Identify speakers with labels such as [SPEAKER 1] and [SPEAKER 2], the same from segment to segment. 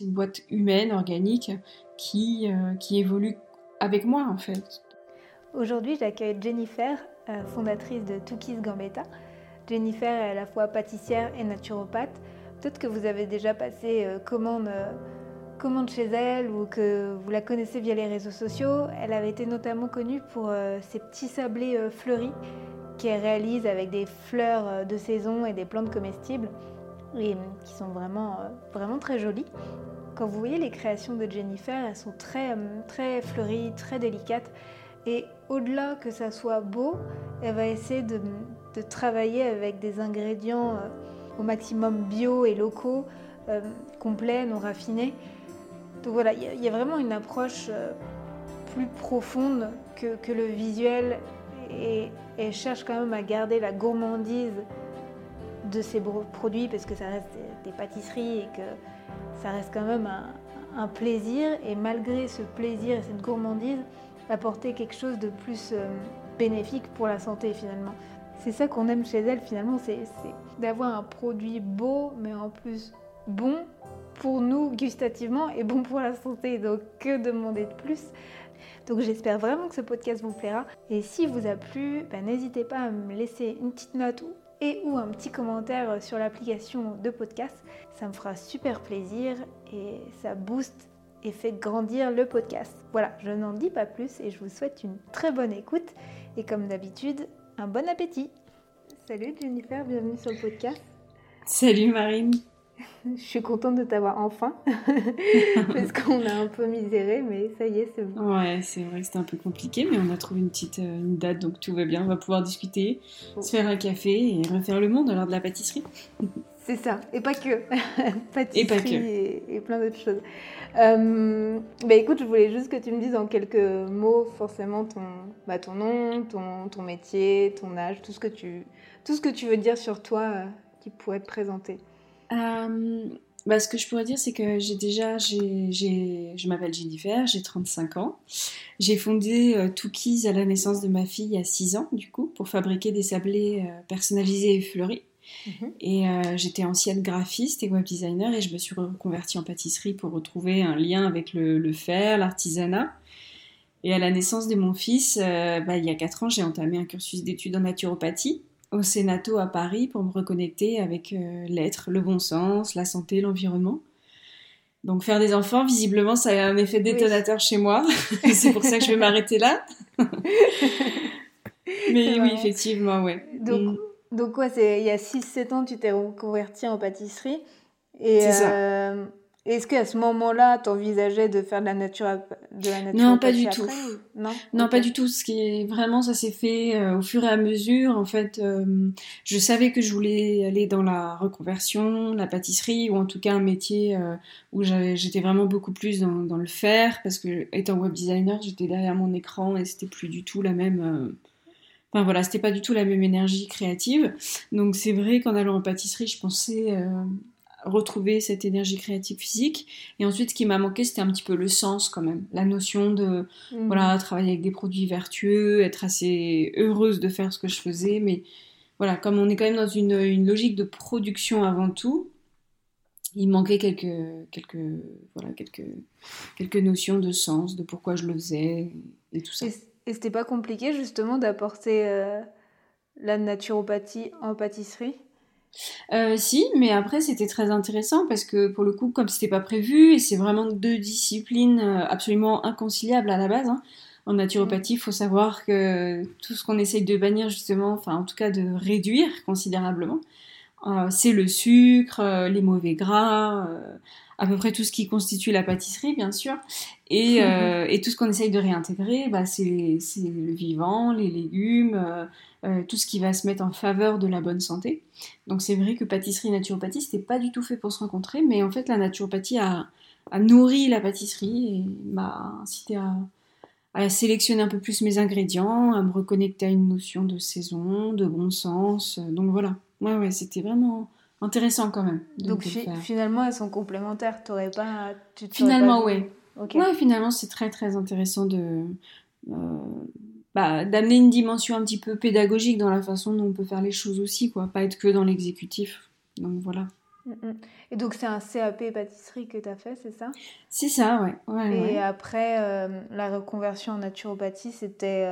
[SPEAKER 1] C'est une boîte humaine, organique, qui évolue avec moi en fait.
[SPEAKER 2] Aujourd'hui, j'accueille Jennifer, fondatrice de Tookies Gambetta. Jennifer est à la fois pâtissière et naturopathe. Peut-être que vous avez déjà passé commande chez elle ou que vous la connaissez via les réseaux sociaux. Elle avait été notamment connue pour ses petits sablés fleuris qu'elle réalise avec des fleurs de saison et des plantes comestibles et qui sont vraiment très jolies. Quand vous voyez les créations de Jennifer, elles sont très fleuries, très délicates. Et au-delà que ça soit beau, elle va essayer de travailler avec des ingrédients au maximum bio et locaux, complets, non raffinés. Donc voilà, il y a vraiment une approche plus profonde que le visuel et elle cherche quand même à garder la gourmandise de ses produits parce que ça reste des pâtisseries et que ça reste quand même un plaisir. Et malgré ce plaisir et cette gourmandise, apporter quelque chose de plus bénéfique pour la santé finalement. C'est ça qu'on aime chez elle finalement, c'est d'avoir un produit beau mais en plus bon pour nous gustativement et bon pour la santé. Donc que demander de plus? Donc j'espère vraiment que ce podcast vous plaira. Et s'il vous a plu, n'hésitez pas à me laisser une petite note ou un petit commentaire sur l'application de podcast. Ça me fera super plaisir et ça booste et fait grandir le podcast. Voilà, je n'en dis pas plus et je vous souhaite une très bonne écoute et comme d'habitude, un bon appétit. Salut Jennifer, bienvenue sur le podcast.
[SPEAKER 1] Salut Marine.
[SPEAKER 2] Je suis contente de t'avoir enfin, parce qu'on a un peu miséré, mais ça y est, c'est bon.
[SPEAKER 1] Ouais, c'est vrai que c'était un peu compliqué, mais on a trouvé une date, donc tout va bien. On va pouvoir discuter, se faire un café et refaire le monde à l'heure de la pâtisserie.
[SPEAKER 2] C'est ça, et pas que. Pâtisserie
[SPEAKER 1] et pas que.
[SPEAKER 2] Et plein d'autres choses. Écoute, je voulais juste que tu me dises en quelques mots forcément ton nom, ton métier, ton âge, tout ce que tu veux dire sur toi qui pourrait te présenter.
[SPEAKER 1] Ce que je pourrais dire, c'est que je m'appelle Jennifer, j'ai 35 ans. J'ai fondé Tookies à la naissance de ma fille il y a 6 ans, du coup, pour fabriquer des sablés personnalisés et fleuris. Et j'étais ancienne graphiste et web designer et je me suis reconvertie en pâtisserie pour retrouver un lien avec le faire, l'artisanat. Et à la naissance de mon fils, il y a 4 ans, j'ai entamé un cursus d'études en naturopathie au Sénato à Paris pour me reconnecter avec l'être, le bon sens, la santé, l'environnement. Donc faire des enfants, visiblement, ça a un effet détonateur chez moi. C'est pour ça que je vais m'arrêter là. Mais oui, effectivement, ouais.
[SPEAKER 2] Donc quoi, il y a 6-7 ans, tu t'es reconvertie en pâtisserie. Et
[SPEAKER 1] c'est ça.
[SPEAKER 2] Est-ce qu'à ce moment-là, tu envisageais de faire de la naturopathie?
[SPEAKER 1] Non, pas du tout.
[SPEAKER 2] Non,
[SPEAKER 1] okay. Pas du tout. Ce qui est vraiment, ça s'est fait au fur et à mesure. En fait, je savais que je voulais aller dans la reconversion, la pâtisserie, ou en tout cas un métier où j'étais vraiment beaucoup plus dans le faire, parce que étant web designer, j'étais derrière mon écran et c'était plus du tout la même. C'était pas du tout la même énergie créative. Donc c'est vrai qu'en allant en pâtisserie, je pensais retrouver cette énergie créative physique. Et ensuite, ce qui m'a manqué, c'était un petit peu le sens quand même. La notion de travailler avec des produits vertueux, être assez heureuse de faire ce que je faisais. Mais voilà, comme on est quand même dans une logique de production avant tout, il manquait quelques notions de sens, de pourquoi je le faisais et tout ça.
[SPEAKER 2] Et c'était pas compliqué justement d'apporter la naturopathie en pâtisserie?
[SPEAKER 1] Si, mais après c'était très intéressant parce que pour le coup, comme c'était pas prévu, et c'est vraiment 2 disciplines absolument inconciliables à la base. En naturopathie, il faut savoir que tout ce qu'on essaye de bannir justement, enfin en tout cas de réduire considérablement, c'est le sucre, les mauvais gras, à peu près tout ce qui constitue la pâtisserie, bien sûr. Et tout ce qu'on essaye de réintégrer, c'est le vivant, les légumes, tout ce qui va se mettre en faveur de la bonne santé. Donc c'est vrai que pâtisserie et naturopathie, c'était pas du tout fait pour se rencontrer, mais en fait la naturopathie a nourri la pâtisserie et m'a incité à sélectionner un peu plus mes ingrédients, à me reconnecter à une notion de saison, de bon sens. Donc voilà. Ouais, c'était vraiment intéressant quand même.
[SPEAKER 2] Donc finalement, elles sont complémentaires.
[SPEAKER 1] Finalement, ouais. Okay. Ouais, finalement, c'est très très intéressant d'amener une dimension un petit peu pédagogique dans la façon dont on peut faire les choses aussi, quoi. Pas être que dans l'exécutif. Donc voilà.
[SPEAKER 2] Mm. Et donc c'est un CAP pâtisserie que tu as fait, c'est ça?
[SPEAKER 1] C'est ça, ouais. Ouais,
[SPEAKER 2] Et
[SPEAKER 1] ouais.
[SPEAKER 2] après, la reconversion en naturopathie, c'était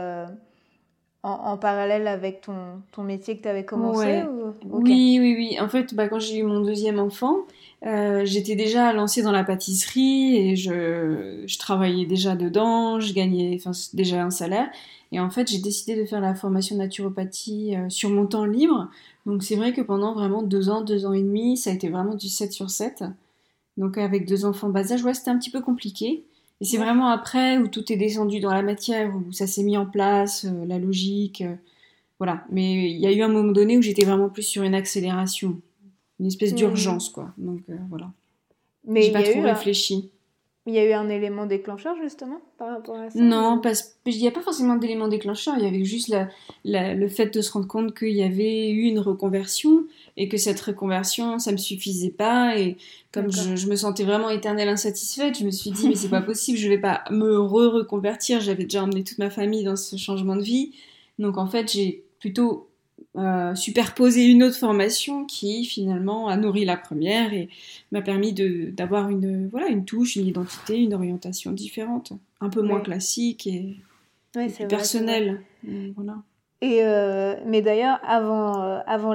[SPEAKER 2] en parallèle avec ton métier que tu avais commencé
[SPEAKER 1] Ouais,
[SPEAKER 2] ou... Ok,
[SPEAKER 1] oui, oui, oui. En fait, quand j'ai eu mon deuxième enfant, j'étais déjà lancée dans la pâtisserie et je travaillais déjà dedans, je gagnais enfin, déjà un salaire. Et en fait, j'ai décidé de faire la formation naturopathie sur mon temps libre. Donc c'est vrai que pendant vraiment 2 ans et demi, ça a été vraiment du 7 sur 7. Donc avec deux enfants bas âge, ouais, c'était un petit peu compliqué. Et c'est
[SPEAKER 2] ouais.
[SPEAKER 1] vraiment après où tout est descendu dans la matière, où ça s'est mis en place, la logique. Voilà. Mais il y a eu un moment donné où j'étais vraiment plus sur une accélération, une espèce
[SPEAKER 2] Hmm.
[SPEAKER 1] d'urgence, quoi. Donc voilà. J'ai
[SPEAKER 2] Mais
[SPEAKER 1] pas trop réfléchi.
[SPEAKER 2] il y a eu un élément déclencheur justement par rapport à ça
[SPEAKER 1] Non,
[SPEAKER 2] ou...
[SPEAKER 1] parce il n'y a pas forcément d'élément déclencheur. Il y avait juste le fait de se rendre compte qu'il y avait eu une reconversion et que cette reconversion, ça me suffisait pas. Et comme
[SPEAKER 2] D'accord.
[SPEAKER 1] je me sentais vraiment éternelle insatisfaite, je me suis dit, mais c'est pas possible, je vais pas me reconvertir. J'avais déjà emmené toute ma famille dans ce changement de vie. Donc en fait, j'ai plutôt superposé une autre formation qui finalement a nourri la première et m'a permis d'avoir voilà, une touche, une identité, une orientation différente, un peu moins
[SPEAKER 2] Ouais,
[SPEAKER 1] classique
[SPEAKER 2] ouais,
[SPEAKER 1] et plus
[SPEAKER 2] c'est vrai, c'est vrai.
[SPEAKER 1] personnelle. Voilà.
[SPEAKER 2] Et mais d'ailleurs, avant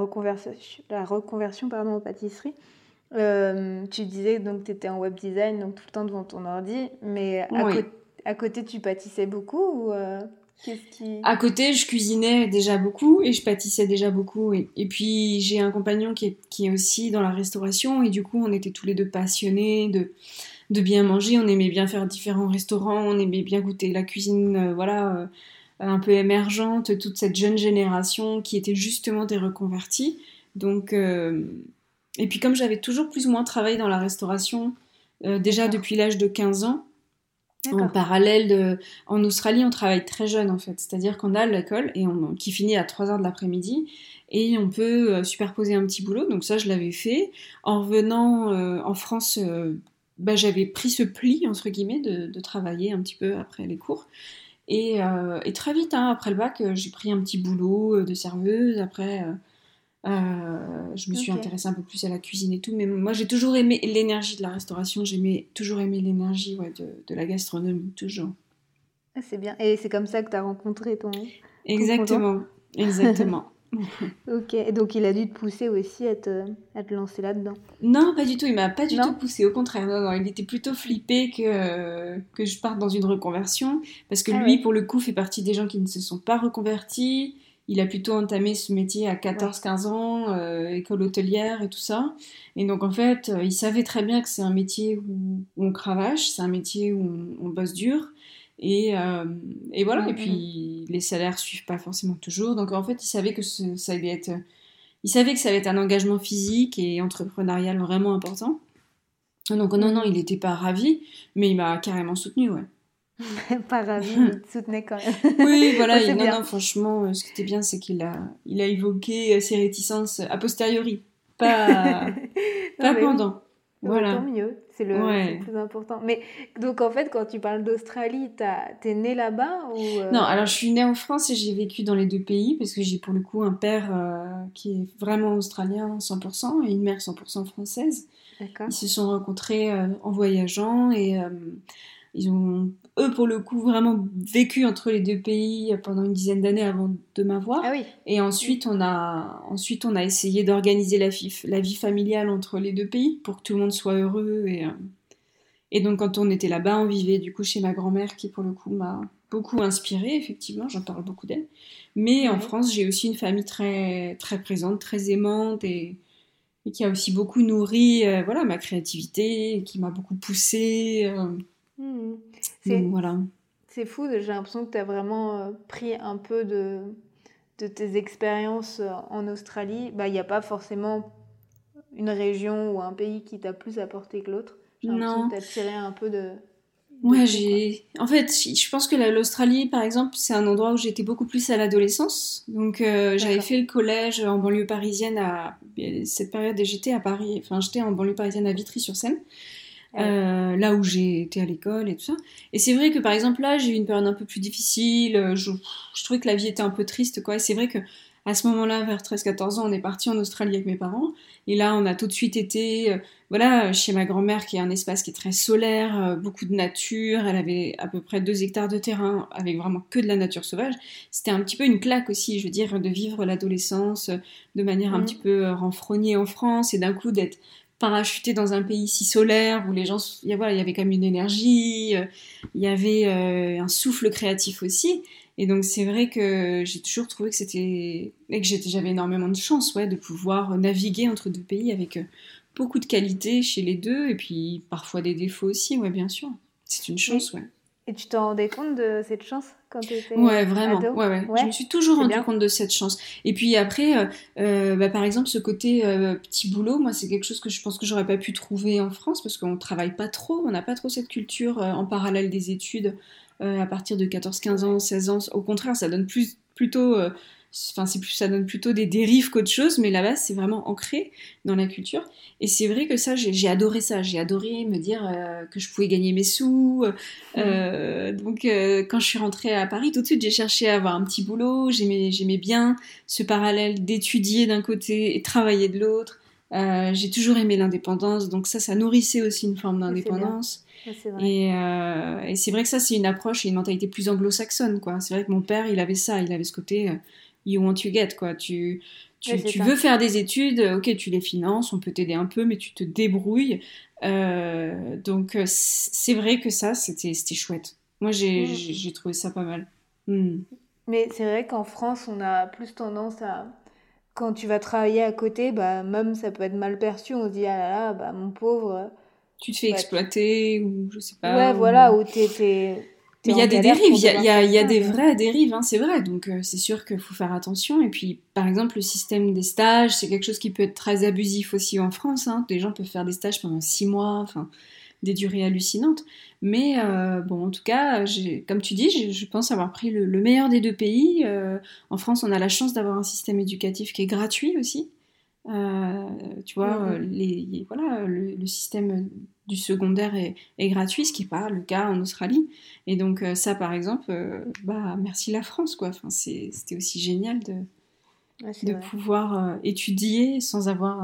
[SPEAKER 2] la reconversion pardon, en pâtisserie, tu disais donc tu étais en web design, donc tout le temps devant ton ordi, mais
[SPEAKER 1] Oui.
[SPEAKER 2] à côté tu pâtissais beaucoup ou qu'est-ce qui...
[SPEAKER 1] À côté, je cuisinais déjà beaucoup et je pâtissais déjà beaucoup. Et puis, j'ai un compagnon qui est aussi dans la restauration et du coup, on était tous les deux passionnés de bien manger. On aimait bien faire différents restaurants, on aimait bien goûter la cuisine, voilà, un peu émergente, toute cette jeune génération qui était justement des reconvertis. Donc, et puis comme j'avais toujours plus ou moins travaillé dans la restauration, déjà
[SPEAKER 2] D'accord,
[SPEAKER 1] depuis l'âge de 15 ans, en
[SPEAKER 2] d'accord.
[SPEAKER 1] parallèle en Australie, on travaille très jeune en fait. C'est-à-dire qu'on a l'école qui finit à 3 heures de l'après-midi et on peut superposer un petit boulot. Donc ça, je l'avais fait. En revenant en France, j'avais pris ce pli, entre guillemets, de travailler un petit peu après les cours. Et très vite, hein, après le bac, j'ai pris un petit boulot de serveuse. Après, je me suis
[SPEAKER 2] Ok.
[SPEAKER 1] intéressée un peu plus à la cuisine et tout. Mais moi, j'ai toujours aimé l'énergie de la restauration. J'ai toujours aimé l'énergie ouais, de la gastronomie, toujours.
[SPEAKER 2] Ah, c'est bien. Et c'est comme ça que tu as rencontré ton conjoint?
[SPEAKER 1] Exactement, exactement.
[SPEAKER 2] Ok. Et donc il a dû te pousser aussi à te lancer là-dedans.
[SPEAKER 1] Non, pas du tout. Il m'a pas du tout
[SPEAKER 2] Non?
[SPEAKER 1] poussé. Au contraire, non, non. Il était plutôt flippé que je parte dans une reconversion. Parce que
[SPEAKER 2] Ah
[SPEAKER 1] lui,
[SPEAKER 2] ouais.
[SPEAKER 1] pour le coup, fait partie des gens qui ne se sont pas reconvertis. Il a plutôt entamé ce métier à
[SPEAKER 2] Ouais.
[SPEAKER 1] 14-15 ans, école hôtelière et tout ça. Et donc, en fait, il savait très bien que c'est un métier où on cravache, c'est un métier où on bosse dur. Et voilà. Et
[SPEAKER 2] Mm.
[SPEAKER 1] puis, les salaires suivent pas forcément toujours. Donc, en fait, il savait que ça allait être il savait que ça allait être un engagement physique et entrepreneurial vraiment important. Donc non, non, il
[SPEAKER 2] Mm.
[SPEAKER 1] n'était pas ravi, mais il m'a carrément soutenu, ouais.
[SPEAKER 2] Pas ravi, mais il te soutenait quand même.
[SPEAKER 1] Oui, voilà,
[SPEAKER 2] Bah, c'est
[SPEAKER 1] non,
[SPEAKER 2] bien.
[SPEAKER 1] non, franchement, ce qui était bien, c'est il a évoqué ses réticences a posteriori, pas,
[SPEAKER 2] Non,
[SPEAKER 1] pas
[SPEAKER 2] mais oui.
[SPEAKER 1] pendant.
[SPEAKER 2] Bah, tant
[SPEAKER 1] Voilà,
[SPEAKER 2] mieux, c'est le
[SPEAKER 1] ouais.
[SPEAKER 2] plus important. Mais donc en fait, quand tu parles d'Australie, t'es né là-bas ou
[SPEAKER 1] Non, alors je suis née en France et j'ai vécu dans les deux pays parce que j'ai pour le coup un père qui est vraiment australien 100% et une mère 100% française. Ils
[SPEAKER 2] D'accord.
[SPEAKER 1] se sont rencontrés en voyageant et ils ont, eux, pour le coup, vraiment vécu entre les deux pays pendant une dizaine d'années avant de
[SPEAKER 2] Ah
[SPEAKER 1] m'avoir.
[SPEAKER 2] oui.
[SPEAKER 1] Et
[SPEAKER 2] Oui.
[SPEAKER 1] ensuite, on a essayé d'organiser la vie familiale entre les deux pays pour que tout le monde soit heureux. Et donc, quand on était là-bas, on vivait du coup chez ma grand-mère qui, pour le coup, m'a beaucoup inspirée, effectivement, j'en parle beaucoup d'elle. Mais en
[SPEAKER 2] Ouais.
[SPEAKER 1] France, j'ai aussi une famille très, très présente, très aimante et qui a aussi beaucoup nourri voilà, ma créativité, qui m'a beaucoup poussée.
[SPEAKER 2] Mhm.
[SPEAKER 1] Donc
[SPEAKER 2] C'est
[SPEAKER 1] voilà.
[SPEAKER 2] c'est fou, j'ai l'impression que tu as vraiment pris un peu de tes expériences en Australie. Bah, il n'y a pas forcément une région ou un pays qui t'a plus apporté que l'autre. J'ai l'impression que
[SPEAKER 1] Non,
[SPEAKER 2] tu as tiré un peu de
[SPEAKER 1] ouais,
[SPEAKER 2] tout, quoi.
[SPEAKER 1] j'ai. En fait, je pense que l'Australie, par exemple, c'est un endroit où j'étais beaucoup plus à l'adolescence. Donc, j'avais
[SPEAKER 2] D'accord.
[SPEAKER 1] fait le collège en banlieue parisienne à cette période et j'étais à Paris. Enfin, j'étais en banlieue parisienne à Vitry-sur-Seine,
[SPEAKER 2] Ah oui.
[SPEAKER 1] là où j'ai été à l'école et tout ça. Et c'est vrai que, par exemple, là, j'ai eu une période un peu plus difficile. Je trouvais que la vie était un peu triste, quoi. Et c'est vrai que à ce moment-là, vers 13-14 ans, on est parti en Australie avec mes parents. Et là, on a tout de suite été, voilà, chez ma grand-mère, qui est un espace qui est très solaire, beaucoup de nature. Elle avait à peu près 2 hectares de terrain, avec vraiment que de la nature sauvage. C'était un petit peu une claque aussi, je veux dire, de vivre l'adolescence de manière un petit peu renfrognée en France, et d'un coup d'être parachuté dans un pays si solaire, où les gens, voilà, il y avait quand même une énergie, il y avait un souffle créatif aussi. Et donc c'est vrai que j'ai toujours trouvé que j'avais énormément de chance, ouais, de pouvoir naviguer entre 2 pays avec beaucoup de qualités chez les deux, et puis parfois des défauts aussi, ouais, bien sûr. C'est une chance, ouais.
[SPEAKER 2] Et tu t'en rendais compte de cette chance quand tu étais
[SPEAKER 1] Ouais, vraiment.
[SPEAKER 2] ado?
[SPEAKER 1] Ouais. Je me suis toujours rendu
[SPEAKER 2] bien.
[SPEAKER 1] compte de cette chance. Et puis après, par exemple, ce côté petit boulot, moi, c'est quelque chose que je pense que j'aurais pas pu trouver en France, parce qu'on travaille pas trop, on n'a pas trop cette culture en parallèle des études à partir de 14-15 ans, 16 ans. Au contraire, ça donne plutôt... ça donne plutôt des dérives qu'autre chose, mais là-bas, c'est vraiment ancré dans la culture. Et c'est vrai que ça, j'ai adoré ça. J'ai adoré me dire que je pouvais gagner mes sous. Donc, quand je suis rentrée à Paris, tout de suite, j'ai cherché à avoir un petit boulot. J'aimais bien ce parallèle d'étudier d'un côté et travailler de l'autre. J'ai toujours aimé l'indépendance, donc ça nourrissait aussi une forme d'indépendance.
[SPEAKER 2] C'est vrai.
[SPEAKER 1] Et c'est vrai que ça, c'est une approche et une mentalité plus anglo-saxonne, quoi. C'est vrai que mon père, il avait ça, il avait ce côté you want you get, quoi. Tu veux faire des études, ok, tu les finances, on peut t'aider un peu, mais tu te débrouilles. Donc c'est vrai que ça, c'était chouette. Moi, j'ai trouvé ça pas mal.
[SPEAKER 2] Mais c'est vrai qu'en France, on a plus tendance à... Quand tu vas travailler à côté, bah, même ça peut être mal perçu. On se dit, ah là là, bah, mon pauvre...
[SPEAKER 1] Tu te fais exploiter, ou je sais pas.
[SPEAKER 2] Ouais, voilà, ou t'es
[SPEAKER 1] mais il y a des
[SPEAKER 2] galère
[SPEAKER 1] dérives,
[SPEAKER 2] pour devoir
[SPEAKER 1] il y a
[SPEAKER 2] faire
[SPEAKER 1] des
[SPEAKER 2] ça,
[SPEAKER 1] vraies dérives, hein, c'est vrai. Donc c'est sûr qu'il faut faire attention. Et puis, par exemple, le système des stages, c'est quelque chose qui peut être très abusif aussi en France, hein. Des gens peuvent faire des stages pendant 6 mois, enfin, des durées hallucinantes. Mais bon, en tout cas, comme tu dis, je pense avoir pris le meilleur des 2 pays. En France, on a la chance d'avoir un système éducatif qui est gratuit aussi. Tu vois, voilà, le système du secondaire est gratuit, ce qui n'est pas le cas en Australie. Et donc ça, par exemple, bah, merci la France, quoi. Enfin, c'était aussi génial de pouvoir étudier sans avoir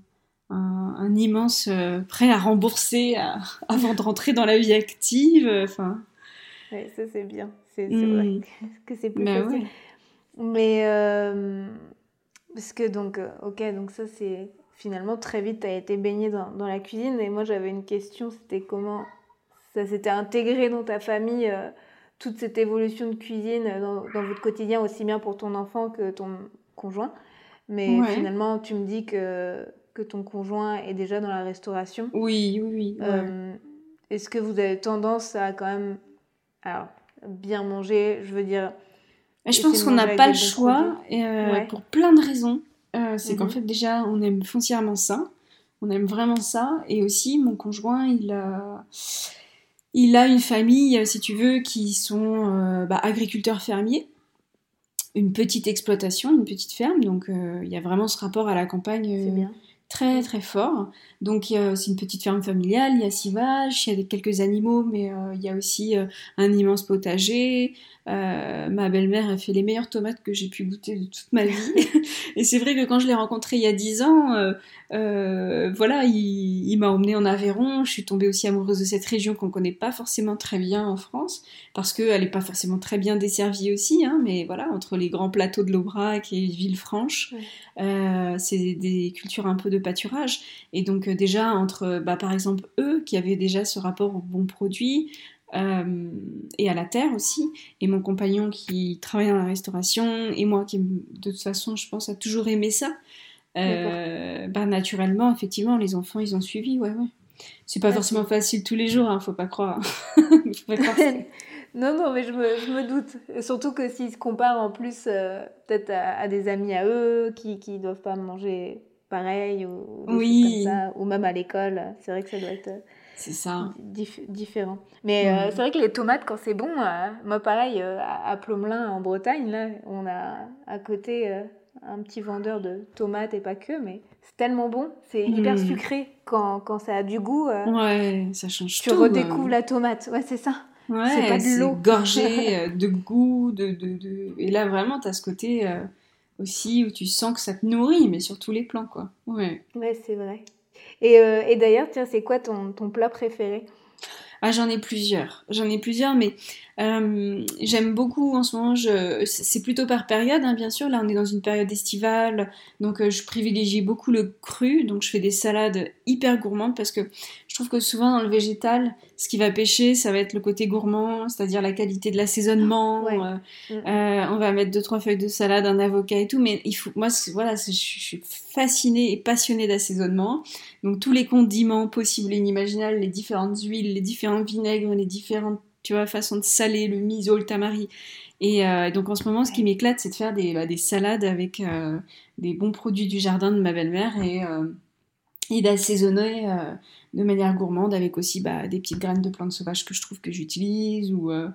[SPEAKER 1] un immense prêt à rembourser avant de rentrer dans la vie active. Enfin.
[SPEAKER 2] Ouais, ça c'est bien. C'est vrai que c'est plus facile.
[SPEAKER 1] Ouais.
[SPEAKER 2] Mais parce que donc, ok, donc ça c'est finalement très vite, tu as été baignée dans la cuisine. Et moi j'avais une question, c'était comment ça s'était intégré dans ta famille, toute cette évolution de cuisine dans votre quotidien, aussi bien pour ton enfant que ton conjoint. Mais finalement, tu me dis que ton conjoint est déjà dans la restauration.
[SPEAKER 1] Oui.
[SPEAKER 2] Est-ce que vous avez tendance à quand même bien manger, je veux dire...
[SPEAKER 1] Je pense qu'on n'a pas le choix pour plein de raisons. C'est qu'en fait, déjà, on aime foncièrement ça. On aime vraiment ça. Et aussi, mon conjoint, il a une famille, si tu veux, qui sont agriculteurs fermiers. Une petite exploitation, une petite ferme. Donc, il y a vraiment ce rapport à la campagne très, très fort. Donc, c'est une petite ferme familiale. Il y a 6 vaches, il y a quelques animaux, mais il y a aussi un immense potager. Ma belle-mère a fait les meilleures tomates que j'ai pu goûter de toute ma vie. Et c'est vrai que quand je l'ai rencontré il y a 10 ans, voilà, il m'a emmenée en Aveyron. Je suis tombée aussi amoureuse de cette région qu'on connaît pas forcément très bien en France, parce qu'elle est pas forcément très bien desservie aussi, hein, mais voilà, entre les grands plateaux de l'Aubrac et Villefranche, c'est des cultures un peu de pâturage. Et donc déjà, entre, par exemple, eux, qui avaient déjà ce rapport aux bons produits, et à la terre aussi, et mon compagnon qui travaille dans la restauration, et moi qui, de toute façon, je pense, a toujours aimé ça. Naturellement, effectivement, les enfants, ils ont suivi, ouais. C'est pas forcément facile tous les jours, hein, faut pas croire. Faut pas croire
[SPEAKER 2] Non, mais je me doute. Surtout que s'ils se comparent en plus peut-être à des amis à eux qui doivent pas manger pareil ou des choses comme ça, ou même à l'école, c'est vrai que ça doit être...
[SPEAKER 1] C'est ça.
[SPEAKER 2] Différent. Mais c'est vrai que les tomates, quand c'est bon, moi pareil, à Plomelin en Bretagne, là, on a à côté un petit vendeur de tomates et pas que, mais c'est tellement bon, c'est hyper sucré quand ça a du goût.
[SPEAKER 1] Ouais, ça change
[SPEAKER 2] tu
[SPEAKER 1] tout.
[SPEAKER 2] Tu redécouvres la tomate, ouais, c'est ça.
[SPEAKER 1] Ouais,
[SPEAKER 2] c'est pas de l'eau.
[SPEAKER 1] Gorgé de goût, et là vraiment, t'as ce côté... aussi, où tu sens que ça te nourrit, mais sur tous les plans, quoi. Ouais.
[SPEAKER 2] Ouais, c'est vrai. Et d'ailleurs, tiens, c'est quoi ton plat préféré?
[SPEAKER 1] Ah, j'en ai plusieurs, mais j'aime beaucoup en ce moment. C'est plutôt par période, hein, bien sûr. Là, on est dans une période estivale, donc je privilégie beaucoup le cru. Donc, je fais des salades hyper gourmandes parce que je trouve que souvent dans le végétal, ce qui va pêcher, ça va être le côté gourmand, c'est-à-dire la qualité de l'assaisonnement.
[SPEAKER 2] Ouais.
[SPEAKER 1] On va mettre 2-3 feuilles de salade, un avocat et tout, mais il faut, moi, voilà, je suis fascinée et passionnée d'assaisonnement. Donc tous les condiments possibles et inimaginables, les différentes huiles, les différents vinaigres, les différentes, tu vois, façons de saler, le miso, le tamari. Et donc en ce moment, ce qui m'éclate, c'est de faire des salades avec des bons produits du jardin de ma belle-mère et d'assaisonner de manière gourmande avec aussi des petites graines de plantes sauvages que je trouve que j'utilise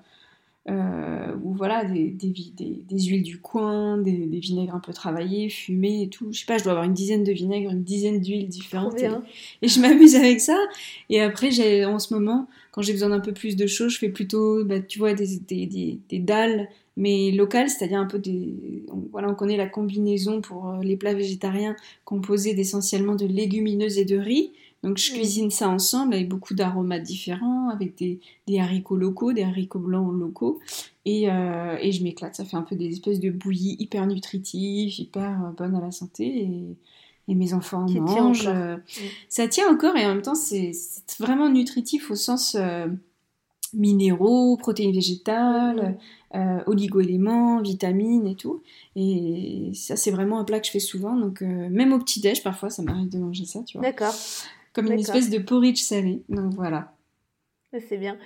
[SPEAKER 1] ou voilà, des huiles du coin, des vinaigres un peu travaillés, fumés et tout. Je sais pas, je dois avoir une dizaine de vinaigres, une dizaine d'huiles différentes. Et je m'amuse avec ça. Et après, en ce moment, quand j'ai besoin d'un peu plus de chaud, je fais plutôt, tu vois, des dalles, mais locales, c'est-à-dire un peu voilà, on connaît la combinaison pour les plats végétariens composés d'essentiellement de légumineuses et de riz. Donc je cuisine ça ensemble avec beaucoup d'aromates différents, avec des haricots locaux, des haricots blancs locaux. Et je m'éclate. Ça fait un peu des espèces de bouillies hyper nutritives, hyper bonnes à la santé. Et mes enfants en mangent. Ça tient encore et en même temps, c'est vraiment nutritif au sens minéraux, protéines végétales, oligo-éléments, vitamines et tout. Et ça, c'est vraiment un plat que je fais souvent. Donc même au petit-déj, parfois, ça m'arrive de manger ça, tu vois.
[SPEAKER 2] D'accord.
[SPEAKER 1] Comme une espèce de porridge salé. Donc voilà.
[SPEAKER 2] C'est bien.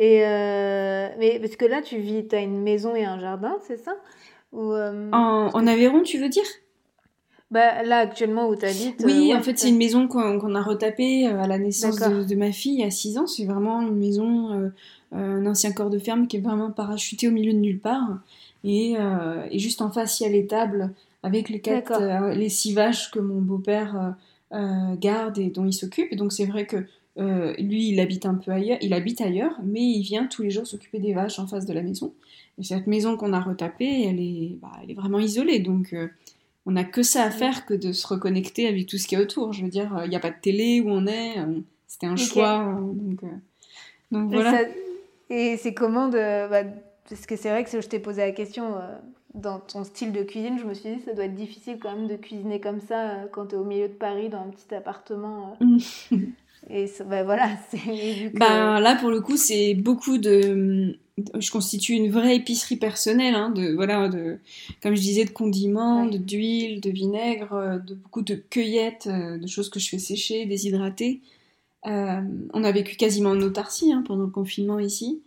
[SPEAKER 2] Mais parce que là, tu as une maison et un jardin, c'est ça?
[SPEAKER 1] En Aveyron, tu veux dire?
[SPEAKER 2] Là, actuellement, où tu habites.
[SPEAKER 1] Oui, en fait, c'est une maison qu'on a retapée à la naissance de ma fille il y a 6 ans. C'est vraiment une maison, un ancien corps de ferme qui est vraiment parachuté au milieu de nulle part. Et juste en face, il y a l'étable avec les 6 vaches que mon beau-père garde et dont il s'occupe. Et donc, c'est vrai que lui, il habite un peu ailleurs, mais il vient tous les jours s'occuper des vaches en face de la maison. Et cette maison qu'on a retapée, elle est vraiment isolée. Donc, on n'a que ça à faire que de se reconnecter avec tout ce qu'il y a autour. Je veux dire, il n'y a pas de télé où on est. C'était un choix. Donc voilà.
[SPEAKER 2] Et c'est comment parce que c'est vrai que si je t'ai posé la question dans ton style de cuisine, je me suis dit ça doit être difficile quand même de cuisiner comme ça quand tu es au milieu de Paris dans un petit appartement. Et voilà,
[SPEAKER 1] là pour le coup c'est beaucoup je constitue une vraie épicerie personnelle, hein, comme je disais, de condiments, d'huile, de vinaigre, de beaucoup de cueillettes, de choses que je fais sécher, déshydrater. On a vécu quasiment en autarcie pendant le confinement ici.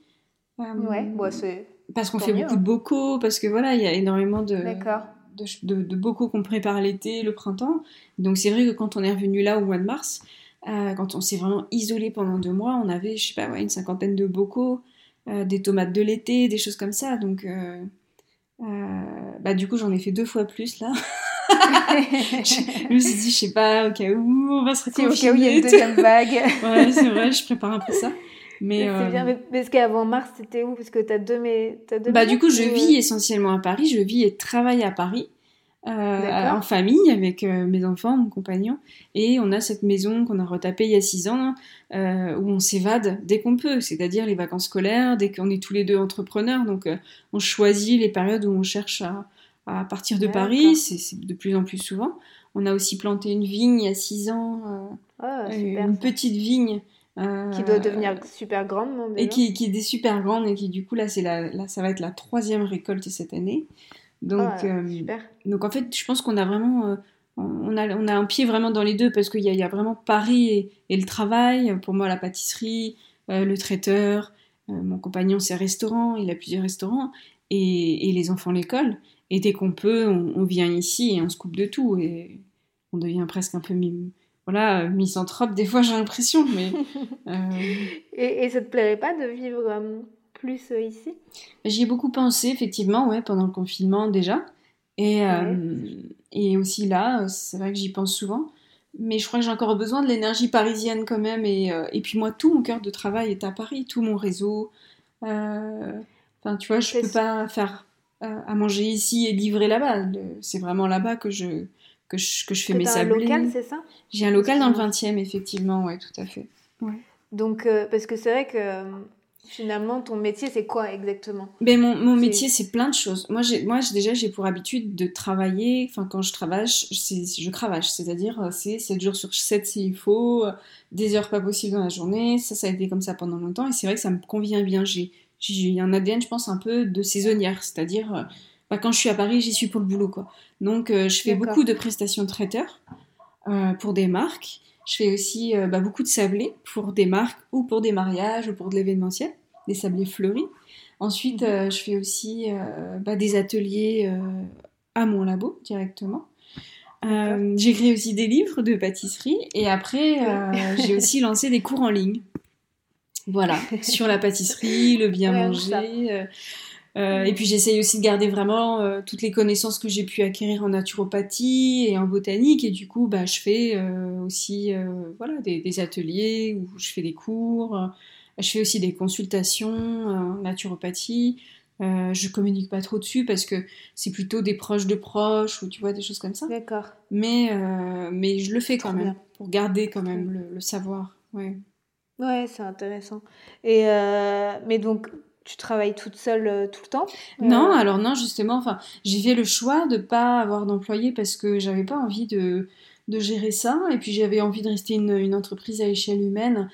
[SPEAKER 2] C'est
[SPEAKER 1] parce qu'on fait beaucoup de bocaux, parce que voilà, il y a énormément de bocaux qu'on prépare l'été, le printemps. Donc c'est vrai que quand on est revenu là au mois de mars, quand on s'est vraiment isolé pendant 2 mois, on avait, je sais pas, une 50aine de bocaux, des tomates de l'été, des choses comme ça. Donc, du coup, j'en ai fait 2 fois plus là. Je me suis dit, je sais pas, au cas où on va se reconfiner.
[SPEAKER 2] Au cas où il y a une deuxième vague.
[SPEAKER 1] Ouais, c'est vrai, je prépare un peu ça. Mais
[SPEAKER 2] c'est bien, mais parce qu'avant mars, c'était où? Parce que t'as deux
[SPEAKER 1] du coup, je vis essentiellement à Paris, je vis et travaille à Paris. En famille avec mes enfants, mon compagnon, et on a cette maison qu'on a retapée il y a 6 ans où on s'évade dès qu'on peut, c'est-à-dire les vacances scolaires, dès qu'on est tous les deux entrepreneurs, donc on choisit les périodes où on cherche à partir de Paris, c'est de plus en plus souvent. On a aussi planté une vigne il y a 6 ans, une petite vigne
[SPEAKER 2] qui doit devenir super grande, non, déjà.
[SPEAKER 1] Et qui est des super grandes, et qui du coup là ça va être la 3e récolte cette année. Donc, donc en fait, je pense qu'on a vraiment, on a un pied vraiment dans les deux, parce qu'il y a vraiment Paris et le travail. Pour moi, la pâtisserie, le traiteur, mon compagnon, c'est restaurant, il a plusieurs restaurants, et les enfants, l'école. Et dès qu'on peut, on vient ici et on se coupe de tout, et on devient presque un peu misanthrope, des fois j'ai l'impression, mais...
[SPEAKER 2] Et ça te plairait pas de vivre plus ici?
[SPEAKER 1] J'y ai beaucoup pensé, effectivement, pendant le confinement déjà. Et aussi là, c'est vrai que j'y pense souvent. Mais je crois que j'ai encore besoin de l'énergie parisienne quand même. Et puis moi, tout mon cœur de travail est à Paris, tout mon réseau. Enfin, tu vois, je peux pas faire à manger ici et livrer là-bas. C'est vraiment là-bas que je fais
[SPEAKER 2] Que
[SPEAKER 1] mes
[SPEAKER 2] tu as un
[SPEAKER 1] sablés.
[SPEAKER 2] local, c'est ça?
[SPEAKER 1] J'ai un local dans le
[SPEAKER 2] Excuse-moi.
[SPEAKER 1] 20e, effectivement, ouais, tout à fait. Ouais.
[SPEAKER 2] Donc, parce que c'est vrai que finalement, ton métier, c'est quoi exactement?
[SPEAKER 1] Ben, mon
[SPEAKER 2] C'est...
[SPEAKER 1] métier, c'est plein de choses. Déjà, j'ai pour habitude de travailler, enfin, quand je travaille, je cravache, c'est-à-dire, c'est 7 jours sur 7 s'il faut, des heures pas possibles dans la journée. Ça a été comme ça pendant longtemps, et c'est vrai que ça me convient bien. J'ai un ADN, je pense, un peu de saisonnière, c'est-à-dire, bah, quand je suis à Paris, j'y suis pour le boulot, quoi. Donc, je fais beaucoup
[SPEAKER 2] D'accord.
[SPEAKER 1] de prestations de traiteur pour des marques. Je fais aussi bah, beaucoup de sablés pour des marques ou pour des mariages ou pour de l'événementiel, des sablés fleuris. Ensuite,
[SPEAKER 2] Mhm.
[SPEAKER 1] je fais aussi bah, des ateliers à mon labo directement.
[SPEAKER 2] D'accord.
[SPEAKER 1] J'écris aussi des livres de pâtisserie et après,
[SPEAKER 2] Oui.
[SPEAKER 1] j'ai aussi lancé des cours en ligne. Voilà, sur la pâtisserie, le bien
[SPEAKER 2] Rien que ça.
[SPEAKER 1] manger. Et
[SPEAKER 2] Mm.
[SPEAKER 1] puis j'essaye aussi de garder vraiment toutes les connaissances que j'ai pu acquérir en naturopathie et en botanique. Et du coup, bah, je fais aussi voilà, des ateliers où je fais des cours. Je fais aussi des consultations en naturopathie. Je communique pas trop dessus parce que c'est plutôt des proches de proches ou tu vois, des choses comme ça.
[SPEAKER 2] D'accord.
[SPEAKER 1] Mais je le fais quand
[SPEAKER 2] Trop
[SPEAKER 1] même
[SPEAKER 2] bien.
[SPEAKER 1] pour garder quand
[SPEAKER 2] Trop
[SPEAKER 1] même
[SPEAKER 2] bien.
[SPEAKER 1] le savoir. Ouais.
[SPEAKER 2] Ouais, c'est intéressant. Et mais donc, tu travailles toute seule tout le temps?
[SPEAKER 1] Non,
[SPEAKER 2] Euh,
[SPEAKER 1] alors non, justement, enfin, j'ai fait le choix de pas avoir d'employé parce que j'avais pas envie de gérer ça, et puis j'avais envie de rester une entreprise à échelle humaine,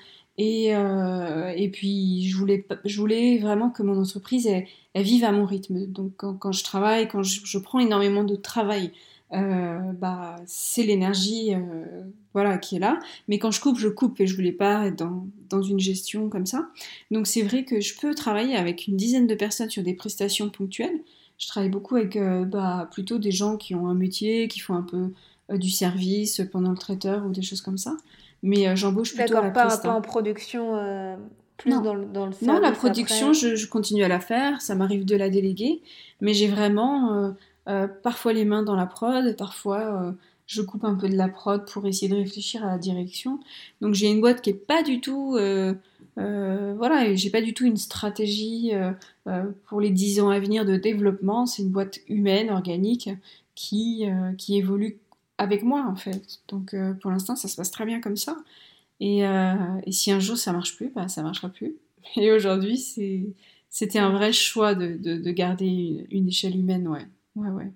[SPEAKER 1] et puis je voulais vraiment que mon entreprise, elle vive à mon rythme. Donc quand je travaille, quand je prends énormément de travail, bah, c'est l'énergie voilà, qui est là, mais quand je coupe, et je voulais pas être dans une gestion comme ça. Donc c'est vrai que je peux travailler avec une dizaine de personnes sur des prestations ponctuelles. Je travaille beaucoup avec bah, plutôt des gens qui ont un métier, qui font un peu du service pendant le traiteur ou des choses comme ça. Mais j'embauche plutôt à la
[SPEAKER 2] d'accord, pas
[SPEAKER 1] presta.
[SPEAKER 2] en production, plus
[SPEAKER 1] Non,
[SPEAKER 2] dans le
[SPEAKER 1] non, la
[SPEAKER 2] service
[SPEAKER 1] production,
[SPEAKER 2] après.
[SPEAKER 1] je continue à la faire, ça m'arrive de la déléguer, mais j'ai vraiment parfois les mains dans la prod, parfois je coupe un peu de la prod pour essayer de réfléchir à la direction. Donc j'ai une boîte qui est pas du tout, voilà, et j'ai pas du tout une stratégie pour les 10 ans à venir de développement. C'est une boîte humaine, organique, qui évolue avec moi en fait. Donc pour l'instant, ça se passe très bien comme ça. Et si un jour ça marche plus, bah ça marchera plus. Et aujourd'hui, c'était un
[SPEAKER 2] Mm.
[SPEAKER 1] vrai choix de garder une échelle humaine, ouais. Ouais, ouais.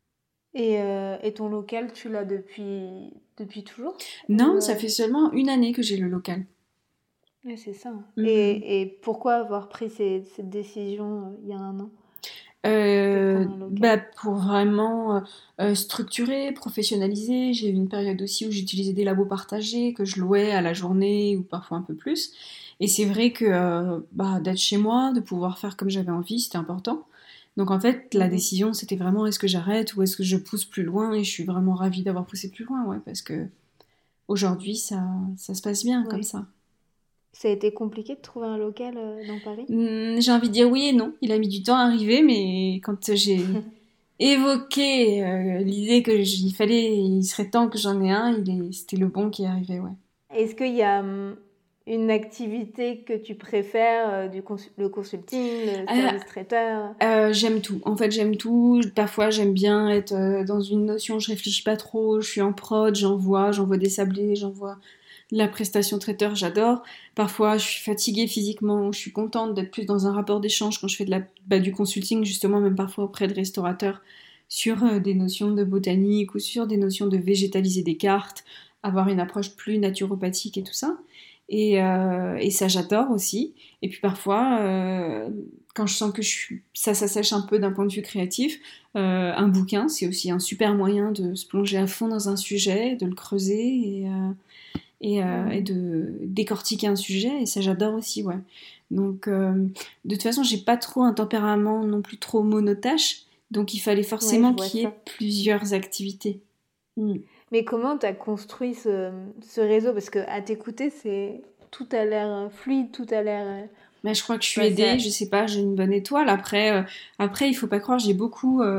[SPEAKER 2] Et ton local, tu l'as depuis toujours? Ou,
[SPEAKER 1] Non, ça fait seulement une année que j'ai le local.
[SPEAKER 2] ouais, c'est ça.
[SPEAKER 1] Mhm.
[SPEAKER 2] Et pourquoi avoir pris cette décision il y a un an de prendre un local?
[SPEAKER 1] Bah, pour vraiment structurer, professionnaliser. J'ai eu une période aussi où j'utilisais des labos partagés que je louais à la journée ou parfois un peu plus. Et c'est vrai que bah, d'être chez moi, de pouvoir faire comme j'avais envie, c'était important. Donc en fait, la
[SPEAKER 2] Mhm.
[SPEAKER 1] décision, c'était vraiment est-ce que j'arrête ou est-ce que je pousse plus loin. Et je suis vraiment ravie d'avoir poussé plus loin, ouais, parce que aujourd'hui, ça se passe bien comme
[SPEAKER 2] Ouais.
[SPEAKER 1] ça.
[SPEAKER 2] Ça a été compliqué de trouver un local dans Paris?
[SPEAKER 1] J'ai envie de dire oui et non. Il a mis du temps à arriver, mais quand j'ai évoqué l'idée il serait temps que j'en ai un, c'était le bon qui arrivait, ouais.
[SPEAKER 2] Est-ce qu'il y a une activité que tu préfères, le consulting, le
[SPEAKER 1] Euh,
[SPEAKER 2] service traiteur?
[SPEAKER 1] J'aime tout. En fait, j'aime tout. Parfois, j'aime bien être dans une notion, je réfléchis pas trop, je suis en prod, j'envoie des sablés, j'envoie de la prestation traiteur, j'adore. Parfois, je suis fatiguée physiquement, je suis contente d'être plus dans un rapport d'échange quand je fais bah, du consulting, justement, même parfois auprès de restaurateurs, sur des notions de botanique ou sur des notions de végétaliser des cartes, avoir une approche plus naturopathique et tout ça. Et ça, j'adore aussi. Et puis parfois, quand je sens que ça sèche un peu d'un point de vue créatif, un bouquin, c'est aussi un super moyen de se plonger à fond dans un sujet, de le creuser et
[SPEAKER 2] Mhm.
[SPEAKER 1] de décortiquer un sujet. Et ça, j'adore aussi, ouais. Donc, de toute façon, j'ai pas trop un tempérament non plus trop monotache. Donc, il fallait
[SPEAKER 2] Ouais, je
[SPEAKER 1] forcément
[SPEAKER 2] vois
[SPEAKER 1] qu'il y
[SPEAKER 2] ça.
[SPEAKER 1] ait plusieurs activités. Mm.
[SPEAKER 2] Mais comment tu as construit ce réseau? Parce que à t'écouter, tout a l'air fluide, tout a l'air.
[SPEAKER 1] Mais je crois que je suis
[SPEAKER 2] Bah,
[SPEAKER 1] aidée, je sais pas, j'ai une bonne étoile. Après, il faut pas croire, j'ai beaucoup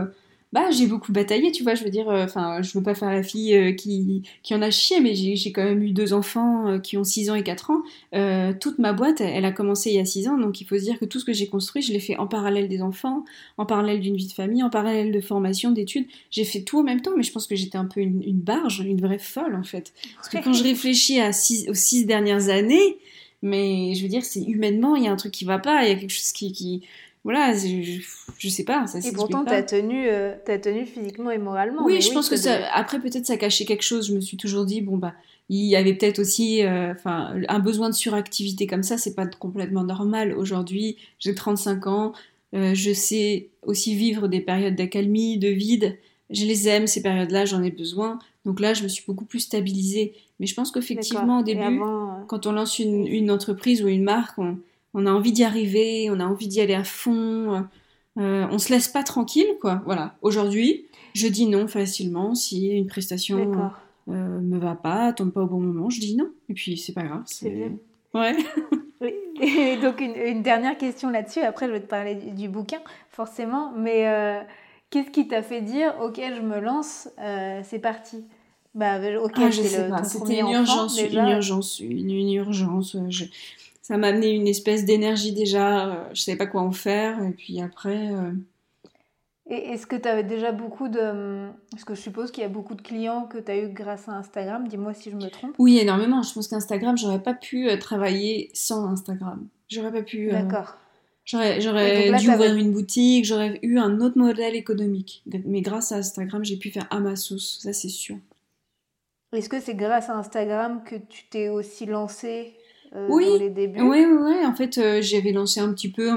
[SPEAKER 1] Bah, j'ai beaucoup bataillé, tu vois, je veux dire, enfin, je veux pas faire la fille qui en a chié, mais j'ai quand même eu deux enfants qui ont 6 ans et 4 ans. Toute ma boîte, elle a commencé il y a 6 ans, donc il faut se dire que tout ce que j'ai construit, je l'ai fait en parallèle des enfants, en parallèle d'une vie de famille, en parallèle de formation, d'études. J'ai fait tout en même temps, mais je pense que j'étais un peu une barge, une vraie folle, en fait. Parce que quand je réfléchis aux 6 dernières années, mais je veux dire, c'est humainement, il y a un truc qui va pas, il y a quelque chose qui voilà, je sais pas, ça
[SPEAKER 2] Et
[SPEAKER 1] s'explique
[SPEAKER 2] pourtant,
[SPEAKER 1] pas.
[SPEAKER 2] t'as tenu physiquement et moralement.
[SPEAKER 1] Oui,
[SPEAKER 2] Mais
[SPEAKER 1] je
[SPEAKER 2] oui,
[SPEAKER 1] pense que ça. Après, peut-être ça cachait quelque chose. Je me suis toujours dit, bon bah, il y avait peut-être aussi, enfin, un besoin de suractivité comme ça. C'est pas complètement normal. Aujourd'hui, j'ai 35 ans. Je sais aussi vivre des périodes d'accalmie, de vide. Je les aime ces périodes-là. J'en ai besoin. Donc là, je me suis beaucoup plus stabilisée. Mais je pense
[SPEAKER 2] d'accord.
[SPEAKER 1] qu'effectivement, au
[SPEAKER 2] Et
[SPEAKER 1] début,
[SPEAKER 2] avant,
[SPEAKER 1] quand on lance une entreprise ou une marque, on a envie d'y arriver, on a envie d'y aller à fond. On se laisse pas tranquille, quoi. Voilà. Aujourd'hui, je dis non facilement si une prestation
[SPEAKER 2] d'accord.
[SPEAKER 1] me va pas, tombe pas au bon moment, je dis non. Et puis c'est pas grave.
[SPEAKER 2] C'est bien.
[SPEAKER 1] Ouais.
[SPEAKER 2] Oui. Et donc, une dernière question là-dessus. Après, je vais te parler du bouquin, forcément. Mais qu'est-ce qui t'a fait dire, ok, je me lance, c'est parti? Bah, ok,
[SPEAKER 1] Ah, je
[SPEAKER 2] c'est
[SPEAKER 1] sais pas.
[SPEAKER 2] ton
[SPEAKER 1] C'était
[SPEAKER 2] premier
[SPEAKER 1] une
[SPEAKER 2] enfant
[SPEAKER 1] urgence, une
[SPEAKER 2] déjà.
[SPEAKER 1] urgence, une urgence. Ça m'a amené une espèce d'énergie déjà. Je savais pas quoi en faire. Et puis après,
[SPEAKER 2] Et est-ce que tu avais déjà beaucoup de... Parce que je suppose qu'il y a beaucoup de clients que tu as eu grâce à Instagram. Dis-moi si je me trompe.
[SPEAKER 1] oui, énormément. Je pense qu'Instagram, j'aurais pas pu travailler sans Instagram. J'aurais pas pu.
[SPEAKER 2] D'accord. Et donc
[SPEAKER 1] J'aurais
[SPEAKER 2] là,
[SPEAKER 1] dû ouvrir une boutique, j'aurais eu un autre modèle économique. Mais grâce à Instagram, j'ai pu faire à ma sauce, ça c'est sûr.
[SPEAKER 2] est-ce que c'est grâce à Instagram que tu t'es aussi lancé
[SPEAKER 1] Oui,
[SPEAKER 2] dans les débuts?
[SPEAKER 1] oui, oui, oui. En fait, j'avais lancé un petit peu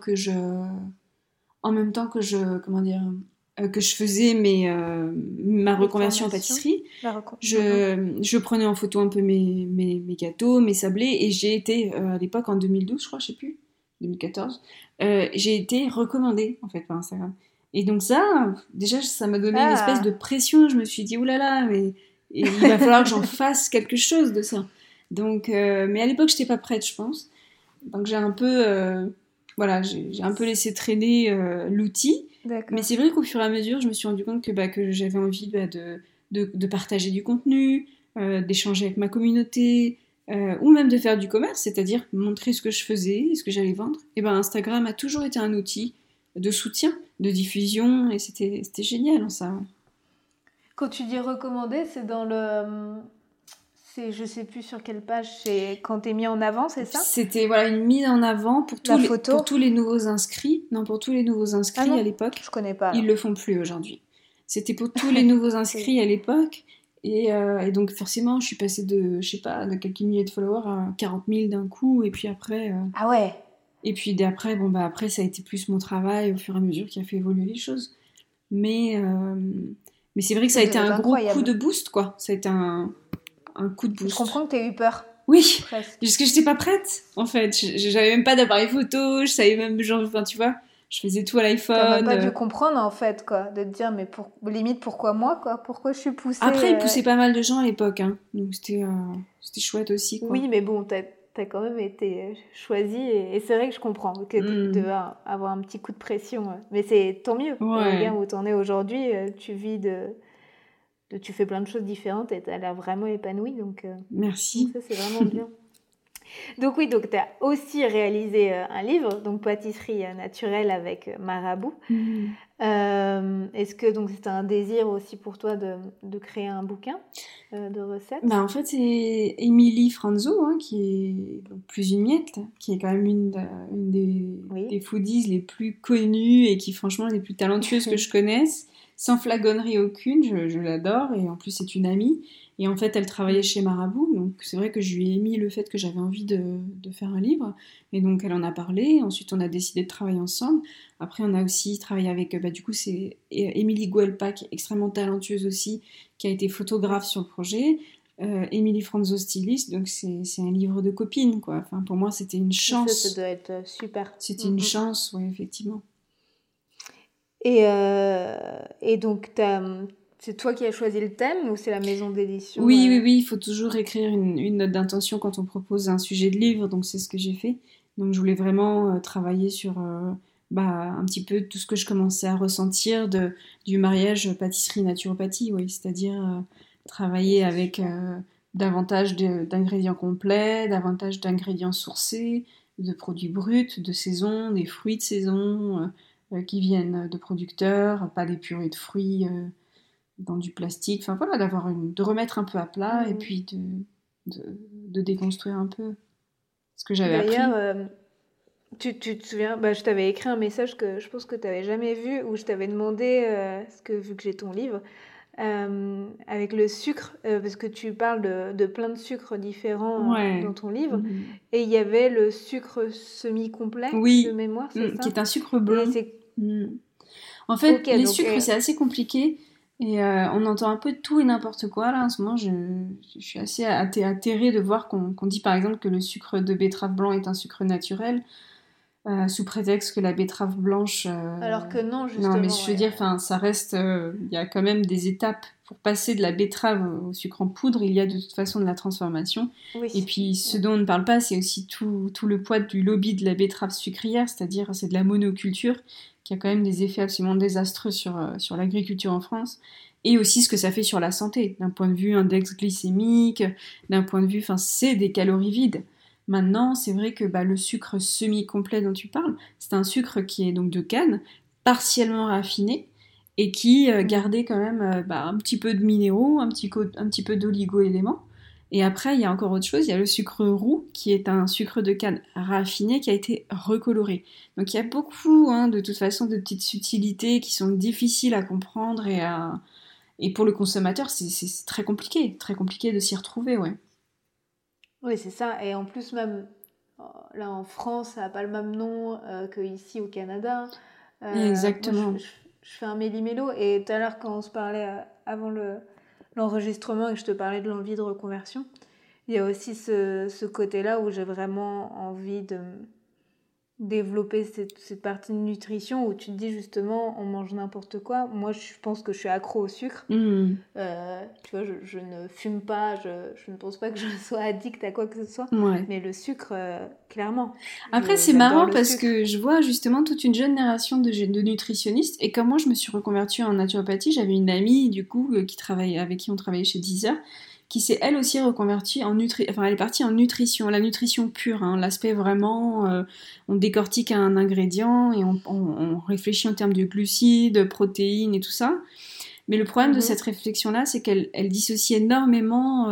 [SPEAKER 1] comment dire, que je faisais ma
[SPEAKER 2] Les
[SPEAKER 1] reconversion en
[SPEAKER 2] formations?
[SPEAKER 1] pâtisserie.
[SPEAKER 2] Mhm.
[SPEAKER 1] Je prenais en photo un peu mes gâteaux, mes sablés, et j'ai été, à l'époque, en 2012, je crois, je sais plus, 2014, j'ai été recommandée, en fait, par Instagram. Et donc ça, déjà, ça m'a donné une espèce de
[SPEAKER 2] Ah,
[SPEAKER 1] pression. Je me suis dit, oulala, mais il va falloir que j'en fasse quelque chose de ça. Donc, mais à l'époque, je n'étais pas prête, je pense. Donc j'ai un peu, voilà, j'ai un peu laissé traîner l'outil. Mais
[SPEAKER 2] d'accord.
[SPEAKER 1] c'est vrai qu'au fur et à mesure, je me suis rendu compte que j'avais envie de partager du contenu, d'échanger avec ma communauté, ou même de faire du commerce, c'est-à-dire montrer ce que je faisais, ce que j'allais vendre. Et ben Instagram a toujours été un outil de soutien, de diffusion, et c'était génial en ça.
[SPEAKER 2] Quand tu dis recommandé, c'est dans le... C'est, je sais plus sur quelle page, c'est quand t'es mis en avant, c'est ça?
[SPEAKER 1] C'était voilà une mise en avant
[SPEAKER 2] La
[SPEAKER 1] pour
[SPEAKER 2] photo?
[SPEAKER 1] tous les nouveaux inscrits. Non, pour tous les nouveaux
[SPEAKER 2] Ah
[SPEAKER 1] inscrits
[SPEAKER 2] non,
[SPEAKER 1] à l'époque.
[SPEAKER 2] je connais pas
[SPEAKER 1] Ils
[SPEAKER 2] alors.
[SPEAKER 1] le font plus aujourd'hui. C'était pour tous les nouveaux
[SPEAKER 2] C'est...
[SPEAKER 1] inscrits à l'époque. Et donc forcément, je suis passée de, je sais pas, de quelques milliers de followers à 40 000 d'un coup.
[SPEAKER 2] Ah ouais,
[SPEAKER 1] Et puis d'après, bon bah après, ça a été plus mon travail au fur et à mesure qui a fait évoluer les choses. Mais, euh, mais c'est vrai que ça
[SPEAKER 2] ça
[SPEAKER 1] a été
[SPEAKER 2] devait être
[SPEAKER 1] un gros coup
[SPEAKER 2] incroyable.
[SPEAKER 1] de boost, quoi. Ça a été un coup de
[SPEAKER 2] Je
[SPEAKER 1] boost.
[SPEAKER 2] comprends que t'aies eu peur,
[SPEAKER 1] Oui,
[SPEAKER 2] presque.
[SPEAKER 1] parce que j'étais pas prête, en fait. J'avais même pas d'appareil photo, je savais même, genre, enfin, tu vois, je faisais tout à
[SPEAKER 2] T'as même
[SPEAKER 1] l'iPhone.
[SPEAKER 2] pas dû comprendre en fait, quoi. De te dire, mais limite, pourquoi moi, quoi? Pourquoi je suis poussée
[SPEAKER 1] Après, il poussait pas mal de gens à l'époque, hein. Donc c'était chouette aussi, quoi.
[SPEAKER 2] Oui, mais bon, t'as quand même été choisie et c'est vrai que je comprends que tu
[SPEAKER 1] Hmm.
[SPEAKER 2] devais avoir un petit coup de pression. Mais c'est tant mieux. Au regard
[SPEAKER 1] Ouais,
[SPEAKER 2] où t'en es aujourd'hui, tu vis tu fais plein de choses différentes et t'as l'air vraiment épanouie. Donc
[SPEAKER 1] merci.
[SPEAKER 2] ça, c'est vraiment bien. Donc oui, donc tu as aussi réalisé un livre, donc Pâtisserie naturelle avec Marabout.
[SPEAKER 1] Hmm.
[SPEAKER 2] Est-ce que donc c'était un désir aussi pour toi de créer un bouquin de recettes?
[SPEAKER 1] Bah, en fait, c'est Émilie Franzo, hein, qui est donc plus une miette, qui est quand même une
[SPEAKER 2] Oui.
[SPEAKER 1] des foodies les plus connues et qui, franchement, les plus talentueuses que je connaisse, sans flagonnerie aucune, je l'adore, et en plus, c'est une amie. Et en fait, elle travaillait chez Marabout, donc c'est vrai que je lui ai mis le fait que j'avais envie de faire un livre, et donc elle en a parlé, ensuite on a décidé de travailler ensemble. Après, on a aussi travaillé avec, bah, du coup, c'est Émilie Guelpac, extrêmement talentueuse aussi, qui a été photographe sur le projet. Émilie Franzo styliste, donc c'est un livre de copine, quoi. Enfin, pour moi, c'était une
[SPEAKER 2] Ça
[SPEAKER 1] chance.
[SPEAKER 2] doit être super.
[SPEAKER 1] C'était une chance, ouais, effectivement.
[SPEAKER 2] Et donc, c'est toi qui as choisi le thème ou c'est la maison d'édition
[SPEAKER 1] Oui, oui, oui, il faut toujours écrire une note d'intention quand on propose un sujet de livre, donc c'est ce que j'ai fait. Donc je voulais vraiment travailler sur un petit peu tout ce que je commençais à ressentir du mariage pâtisserie-naturopathie, oui, c'est-à-dire travailler
[SPEAKER 2] C'est
[SPEAKER 1] avec
[SPEAKER 2] super.
[SPEAKER 1] davantage d'ingrédients complets, davantage d'ingrédients sourcés, de produits bruts, de saison, des fruits de saison qui viennent de producteurs, pas des purées de fruits dans du plastique. Enfin voilà, de remettre un peu à plat et
[SPEAKER 2] Mhm.
[SPEAKER 1] puis de, de déconstruire un peu ce que j'avais
[SPEAKER 2] D'ailleurs,
[SPEAKER 1] appris.
[SPEAKER 2] tu te souviens, bah, je t'avais écrit un message que je pense que tu n'avais jamais vu, où je t'avais demandé, vu que j'ai ton livre, avec le sucre, parce que tu parles de plein de sucres différents
[SPEAKER 1] Ouais.
[SPEAKER 2] dans ton livre,
[SPEAKER 1] Mhm.
[SPEAKER 2] et il y avait le sucre semi-complet de
[SPEAKER 1] Oui,
[SPEAKER 2] mémoire, c'est
[SPEAKER 1] qui
[SPEAKER 2] ça?
[SPEAKER 1] est un sucre
[SPEAKER 2] Et
[SPEAKER 1] blond.
[SPEAKER 2] c'est...
[SPEAKER 1] Mm. En fait,
[SPEAKER 2] Ok,
[SPEAKER 1] les
[SPEAKER 2] donc...
[SPEAKER 1] sucres, c'est assez compliqué. Et on entend un peu de tout et n'importe quoi. Là, en ce moment, je suis assez atterrée de voir qu'on dit par exemple que le sucre de betterave blanc est un sucre naturel, sous prétexte que la betterave blanche.
[SPEAKER 2] Alors que non,
[SPEAKER 1] Non, mais
[SPEAKER 2] justement,
[SPEAKER 1] je veux
[SPEAKER 2] ouais.
[SPEAKER 1] dire, enfin, ça reste. Il y a quand même des étapes pour passer de la betterave au sucre en poudre. Il y a de toute façon de la transformation. Et
[SPEAKER 2] Oui.
[SPEAKER 1] puis, ce
[SPEAKER 2] Ouais.
[SPEAKER 1] dont on ne parle pas, c'est aussi tout le poids du lobby de la betterave sucrière, c'est-à-dire c'est de la monoculture qui a quand même des effets absolument désastreux sur l'agriculture en France. Et aussi ce que ça fait sur la santé, d'un point de vue index glycémique, d'un point de vue, enfin, c'est des calories vides. Maintenant, c'est vrai que le sucre semi-complet dont tu parles, c'est un sucre qui est donc de canne, partiellement raffiné, et qui
[SPEAKER 2] Mm.
[SPEAKER 1] gardait quand même un petit peu de minéraux, un petit peu d'oligo-éléments. Et après, il y a encore autre chose, il y a le sucre roux, qui est un sucre de canne raffiné qui a été recoloré. Donc il y a beaucoup, de toute façon, de petites subtilités qui sont difficiles à comprendre et pour le consommateur, c'est très compliqué de s'y retrouver, ouais.
[SPEAKER 2] Oui, c'est ça. Et en plus, même là en France, ça n'a pas le même nom qu'ici au Canada. Moi,
[SPEAKER 1] Exactement.
[SPEAKER 2] je fais un méli-mélo. Et tout à l'heure, quand on se parlait avant l'enregistrement et que je te parlais de l'envie de reconversion, il y a aussi ce côté-là où j'ai vraiment envie de développer cette partie de nutrition où tu te dis justement, on mange n'importe quoi. Moi, je pense que je suis accro au sucre.
[SPEAKER 1] Mhm.
[SPEAKER 2] Tu vois, je ne fume pas, je ne pense pas que je sois addict à quoi que ce soit,
[SPEAKER 1] Ouais.
[SPEAKER 2] mais le sucre, clairement,
[SPEAKER 1] Après, c'est
[SPEAKER 2] j'adore
[SPEAKER 1] marrant
[SPEAKER 2] le
[SPEAKER 1] parce
[SPEAKER 2] sucre.
[SPEAKER 1] que je vois justement toute une génération de nutritionnistes. Et comme moi, je me suis reconvertie en naturopathie, j'avais une amie, du coup, avec qui on travaillait chez Deezer, qui s'est elle aussi reconvertie en nutrition. Enfin, elle est partie en nutrition, la nutrition pure, l'aspect vraiment. On décortique un ingrédient et on réfléchit en termes de glucides, protéines et tout ça. Mais le problème de cette
[SPEAKER 2] Mhm.
[SPEAKER 1] réflexion-là, c'est qu'elle dissocie énormément.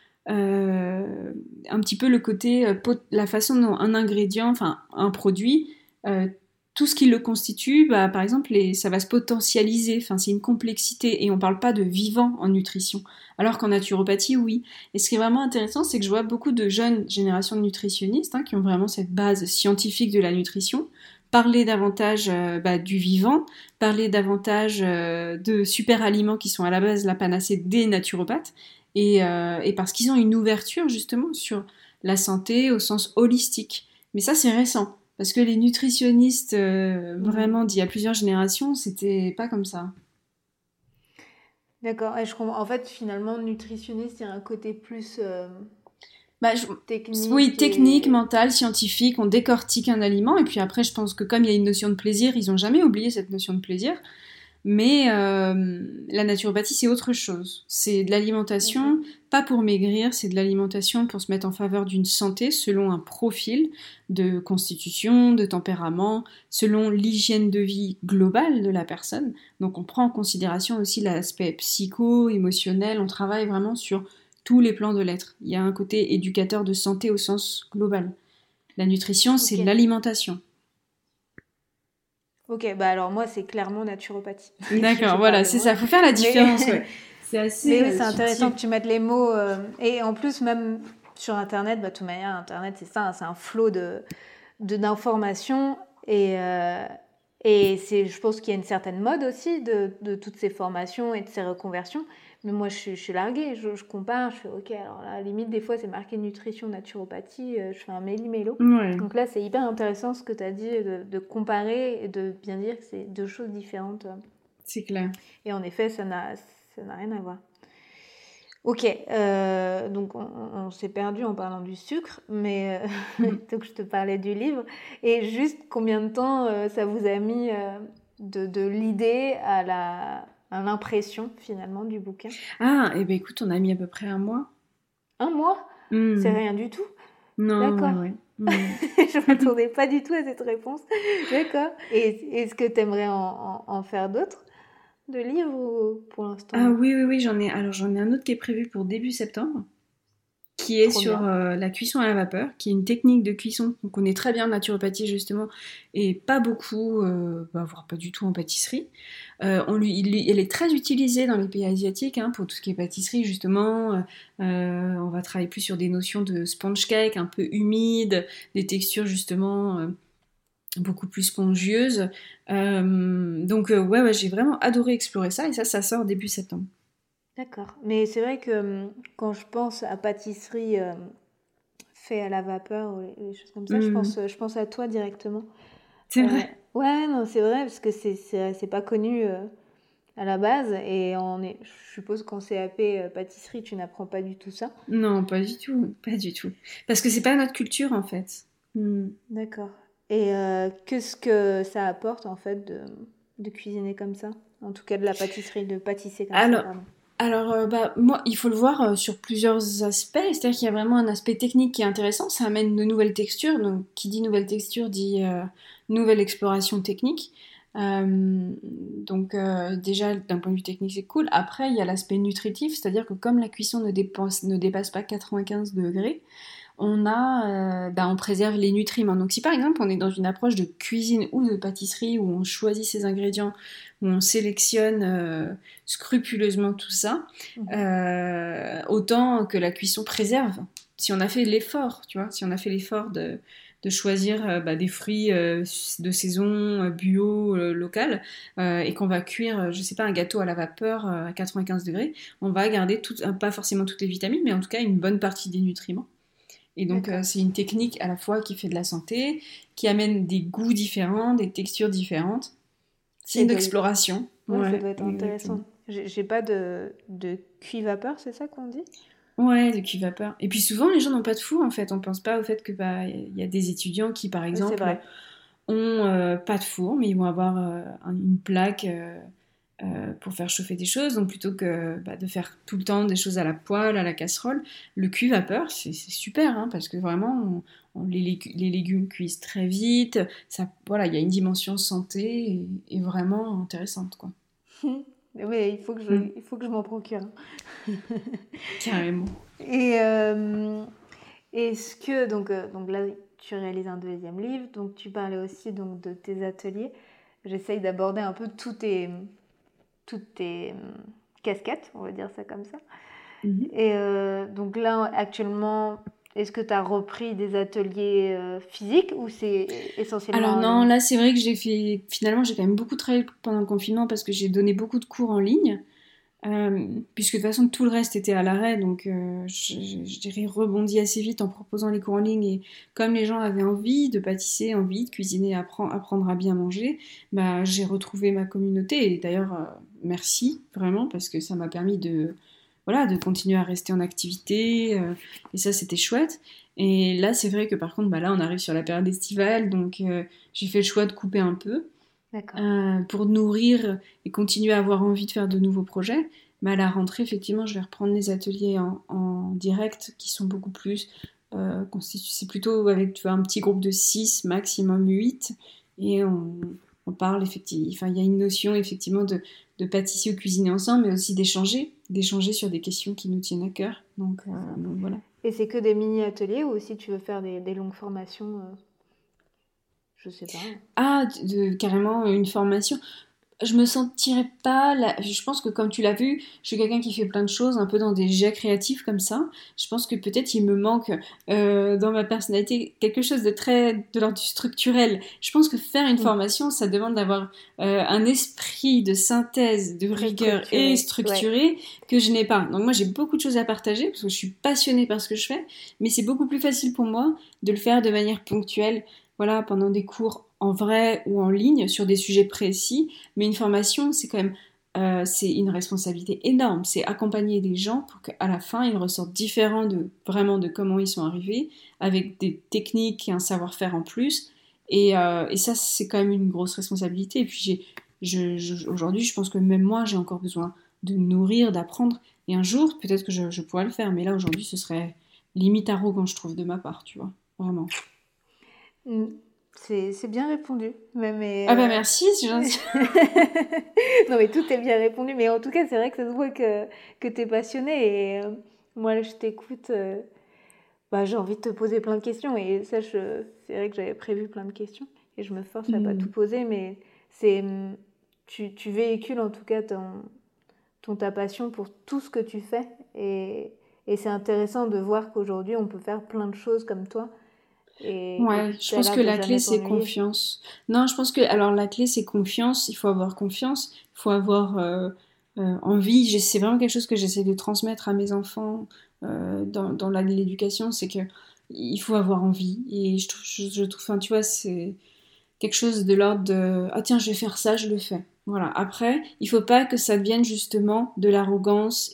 [SPEAKER 1] Un petit peu le côté, la façon dont un ingrédient, enfin un produit, euh, tout ce qui le constitue, par exemple, ça va se potentialiser, enfin c'est une complexité et on parle pas de vivant en nutrition, alors qu'en naturopathie, oui. Et ce qui est vraiment intéressant, c'est que je vois beaucoup de jeunes générations de nutritionnistes qui ont vraiment cette base scientifique de la nutrition, parler davantage du vivant, parler davantage de super aliments qui sont à la base la panacée des naturopathes, et parce qu'ils ont une ouverture justement sur la santé au sens holistique. Mais ça, c'est récent, parce que les nutritionnistes,
[SPEAKER 2] Mhm.
[SPEAKER 1] vraiment d'il y a plusieurs générations, c'était pas comme ça.
[SPEAKER 2] D'accord, et je comprends. En fait, finalement, nutritionniste, il y a un côté plus
[SPEAKER 1] Bah, je- oui,
[SPEAKER 2] technique
[SPEAKER 1] technique,
[SPEAKER 2] et...
[SPEAKER 1] mentale, scientifique, on décortique un aliment, et puis après, je pense que comme il y a une notion de plaisir, ils ont jamais oublié cette notion de plaisir. Mais la naturopathie, c'est autre chose. C'est de l'alimentation,
[SPEAKER 2] Mhm.
[SPEAKER 1] pas pour maigrir, c'est de l'alimentation pour se mettre en faveur d'une santé selon un profil de constitution, de tempérament, selon l'hygiène de vie globale de la personne. Donc on prend en considération aussi l'aspect psycho, émotionnel, on travaille vraiment sur tous les plans de l'être. Il y a un côté éducateur de santé au sens global. La nutrition, c'est
[SPEAKER 2] Ok,
[SPEAKER 1] l'alimentation.
[SPEAKER 2] ok, bah alors moi, c'est clairement naturopathie.
[SPEAKER 1] D'accord,
[SPEAKER 2] Je parle
[SPEAKER 1] voilà,
[SPEAKER 2] de
[SPEAKER 1] c'est
[SPEAKER 2] moi.
[SPEAKER 1] ça. Faut faire la différence,
[SPEAKER 2] Mais...
[SPEAKER 1] ouais. C'est
[SPEAKER 2] Mais
[SPEAKER 1] assez
[SPEAKER 2] oui, c'est intéressant
[SPEAKER 1] subtil.
[SPEAKER 2] que tu mettes les mots. Et en plus, même sur Internet, bah, de toute manière, Internet, c'est ça, hein, c'est un flot d'informations. Et je pense qu'il y a une certaine mode aussi de toutes ces formations et de ces reconversions. Mais moi, je suis larguée, je compare, je fais OK, alors là, limite, des fois, c'est marqué nutrition, naturopathie, je fais un méli-mélo.
[SPEAKER 1] Ouais,
[SPEAKER 2] Donc là, c'est hyper intéressant ce que tu as dit de comparer et de bien dire que c'est deux choses différentes.
[SPEAKER 1] c'est clair.
[SPEAKER 2] Et en effet, ça n'a rien à voir. Ok, donc on s'est perdu en parlant du sucre, mais
[SPEAKER 1] Mhm.
[SPEAKER 2] donc je te parlais du livre. Et juste combien de temps ça vous a mis de l'idée à l'impression finalement du bouquin?
[SPEAKER 1] Ah, et ben écoute, on a mis à peu près un mois.
[SPEAKER 2] Un mois? C'est
[SPEAKER 1] Hmm.
[SPEAKER 2] rien du tout.
[SPEAKER 1] Non, ouais,
[SPEAKER 2] D'accord.
[SPEAKER 1] ouais. Hmm.
[SPEAKER 2] Je m'attendais pas du tout à cette réponse. D'accord. Et est-ce que tu aimerais en faire d'autres de livres ou pour l'instant
[SPEAKER 1] Ah
[SPEAKER 2] non?
[SPEAKER 1] oui, oui, oui, j'en ai un autre qui est prévu pour début septembre, qui est
[SPEAKER 2] Trop
[SPEAKER 1] sur
[SPEAKER 2] bien.
[SPEAKER 1] la cuisson à la vapeur, qui est une technique de cuisson qu'on connaît très bien en naturopathie justement, et pas beaucoup, voire pas du tout en pâtisserie. Elle est très utilisée dans les pays asiatiques hein, pour tout ce qui est pâtisserie justement. On va travailler plus sur des notions de sponge cake un peu humide, des textures justement beaucoup plus spongieuses. Ouais, ouais, j'ai vraiment adoré explorer ça et ça sort début septembre.
[SPEAKER 2] D'accord. Mais c'est vrai que quand je pense à pâtisserie fait à la vapeur ou les choses comme ça,
[SPEAKER 1] Hmm,
[SPEAKER 2] je pense à toi directement.
[SPEAKER 1] c'est
[SPEAKER 2] Euh,
[SPEAKER 1] vrai.
[SPEAKER 2] ouais, non, c'est vrai, parce que c'est pas connu à la base. Et je suppose qu'en CAP pâtisserie, tu n'apprends pas du tout ça.
[SPEAKER 1] Non, pas du tout, pas du tout. Parce que c'est pas notre culture en fait. Hmm.
[SPEAKER 2] D'accord. Et qu'est-ce que ça apporte en fait de cuisiner comme ça? En tout cas de la pâtisserie, de pâtisser comme ça,
[SPEAKER 1] Alors,
[SPEAKER 2] pardon.
[SPEAKER 1] moi, il faut le voir sur plusieurs aspects. C'est-à-dire qu'il y a vraiment un aspect technique qui est intéressant. Ça amène de nouvelles textures. Donc, qui dit nouvelle texture dit nouvelle exploration technique. Déjà, d'un point de vue technique, c'est cool. Après, il y a l'aspect nutritif. C'est-à-dire que comme la cuisson ne dépasse pas 95 degrés, on préserve les nutriments. Donc si par exemple on est dans une approche de cuisine ou de pâtisserie où on choisit ses ingrédients, où on sélectionne scrupuleusement tout ça,
[SPEAKER 2] Mhm.
[SPEAKER 1] autant que la cuisson préserve. Si on a fait l'effort, tu vois, si on a fait l'effort de choisir des fruits de saison, bio, local, et qu'on va cuire, je sais pas, un gâteau à la vapeur à 95 degrés, on va garder pas forcément toutes les vitamines, mais en tout cas une bonne partie des nutriments. Et donc,
[SPEAKER 2] D'accord.
[SPEAKER 1] c'est une technique à la fois qui fait de la santé, qui amène des goûts différents, des textures différentes. C'est
[SPEAKER 2] Et
[SPEAKER 1] une
[SPEAKER 2] doit-
[SPEAKER 1] exploration.
[SPEAKER 2] ouais, ça
[SPEAKER 1] Ouais,
[SPEAKER 2] doit être
[SPEAKER 1] exactement.
[SPEAKER 2] intéressant. J'ai pas de cuit vapeur, c'est ça qu'on dit?
[SPEAKER 1] Ouais, de cuit vapeur. Et puis souvent, les gens n'ont pas de four en fait. On pense pas au fait que il y a des étudiants qui, par
[SPEAKER 2] Oui, c'est
[SPEAKER 1] exemple,
[SPEAKER 2] vrai.
[SPEAKER 1] ont pas de four, mais ils vont avoir une plaque pour faire chauffer des choses. Donc plutôt que de faire tout le temps des choses à la poêle, à la casserole, le cuit vapeur, c'est super, hein, parce que vraiment, les légumes cuisent très vite. Ça, voilà, il y a une dimension santé et vraiment intéressante, quoi.
[SPEAKER 2] Oui,
[SPEAKER 1] Mm,
[SPEAKER 2] il faut que je m'en procure.
[SPEAKER 1] carrément.
[SPEAKER 2] Et est-ce que, donc là, tu réalises un deuxième livre, donc tu parlais aussi donc, de tes ateliers. J'essaye d'aborder un peu toutes tes casquettes, on va dire ça comme ça.
[SPEAKER 1] Mhm.
[SPEAKER 2] Et donc là, actuellement, est-ce que tu as repris des ateliers physiques ou c'est essentiellement
[SPEAKER 1] Alors
[SPEAKER 2] en
[SPEAKER 1] non,
[SPEAKER 2] ligne?
[SPEAKER 1] là c'est vrai que finalement j'ai quand même beaucoup travaillé pendant le confinement parce que j'ai donné beaucoup de cours en ligne. Puisque de toute façon tout le reste était à l'arrêt, donc je dirais rebondi assez vite en proposant les cours en ligne. Et comme les gens avaient envie de pâtisser, envie de cuisiner, apprendre à bien manger, bah, j'ai retrouvé ma communauté. Et d'ailleurs, merci vraiment parce que ça m'a permis voilà, de continuer à rester en activité. Et ça, c'était chouette. Et là, c'est vrai que par contre, bah, là, on arrive sur la période estivale, donc j'ai fait le choix de couper un peu
[SPEAKER 2] D'accord.
[SPEAKER 1] pour nourrir et continuer à avoir envie de faire de nouveaux projets. Mais à la rentrée, effectivement, je vais reprendre les ateliers en direct qui sont beaucoup plus constitués. C'est plutôt avec tu vois, un petit groupe de 6, maximum 8. Et on parle effectivement. Enfin, il y a une notion effectivement de pâtisser ou cuisiner ensemble, mais aussi d'échanger sur des questions qui nous tiennent à cœur.
[SPEAKER 2] C'est ça.
[SPEAKER 1] Donc voilà.
[SPEAKER 2] Et c'est que des mini-ateliers ou aussi tu veux faire des longues formations, je sais pas.
[SPEAKER 1] Ah, carrément une formation. Je me sentirais pas Je pense que comme tu l'as vu, je suis quelqu'un qui fait plein de choses, un peu dans des jets créatifs comme ça. Je pense que peut-être il me manque dans ma personnalité quelque chose de l'ordre du structurel. Je pense que faire une
[SPEAKER 2] Hmm.
[SPEAKER 1] formation, ça demande d'avoir un esprit de synthèse, de
[SPEAKER 2] Très
[SPEAKER 1] rigueur et
[SPEAKER 2] structuré, ouais.
[SPEAKER 1] structuré que je n'ai pas. Donc moi j'ai beaucoup de choses à partager parce que je suis passionnée par ce que je fais, mais c'est beaucoup plus facile pour moi de le faire de manière ponctuelle, voilà, pendant des cours en vrai ou en ligne sur des sujets précis. Mais une formation, c'est quand même c'est une responsabilité énorme. C'est accompagner des gens pour qu'à la fin, ils ressortent différents vraiment de comment ils sont arrivés, avec des techniques et un savoir-faire en plus. Et ça, c'est quand même une grosse responsabilité. Et puis, aujourd'hui, je pense que même moi, j'ai encore besoin de nourrir, d'apprendre. Et un jour, peut-être que je pourrais le faire. Mais là, aujourd'hui, ce serait limite arrogant, je trouve, de ma part, tu vois. Vraiment.
[SPEAKER 2] Mm. C'est bien répondu.
[SPEAKER 1] Ah bah merci, c'est gentil.
[SPEAKER 2] Non, mais tout est bien répondu. Mais en tout cas, c'est vrai que ça se voit que tu es passionné. Et moi, là, je t'écoute. Bah, j'ai envie de te poser plein de questions. Et ça, c'est vrai que j'avais prévu plein de questions. Et je me force à pas tout poser. Mais c'est, tu véhicules en tout cas ta passion pour tout ce que tu fais. Et c'est intéressant de voir qu'aujourd'hui, on peut faire plein de choses comme toi. Et
[SPEAKER 1] Ouais, je
[SPEAKER 2] tu as
[SPEAKER 1] pense
[SPEAKER 2] l'air
[SPEAKER 1] que
[SPEAKER 2] de
[SPEAKER 1] la clé
[SPEAKER 2] jamais
[SPEAKER 1] c'est
[SPEAKER 2] t'ennuyer.
[SPEAKER 1] confiance. Non, je pense que alors la clé c'est confiance. Il faut avoir confiance. Il faut avoir envie. C'est vraiment quelque chose que j'essaie de transmettre à mes enfants dans l'éducation, c'est que il faut avoir envie. Et je trouve, enfin, tu vois, c'est quelque chose de l'ordre de ah tiens je vais faire ça, je le fais. Voilà. Après, il faut pas que ça devienne justement de l'arrogance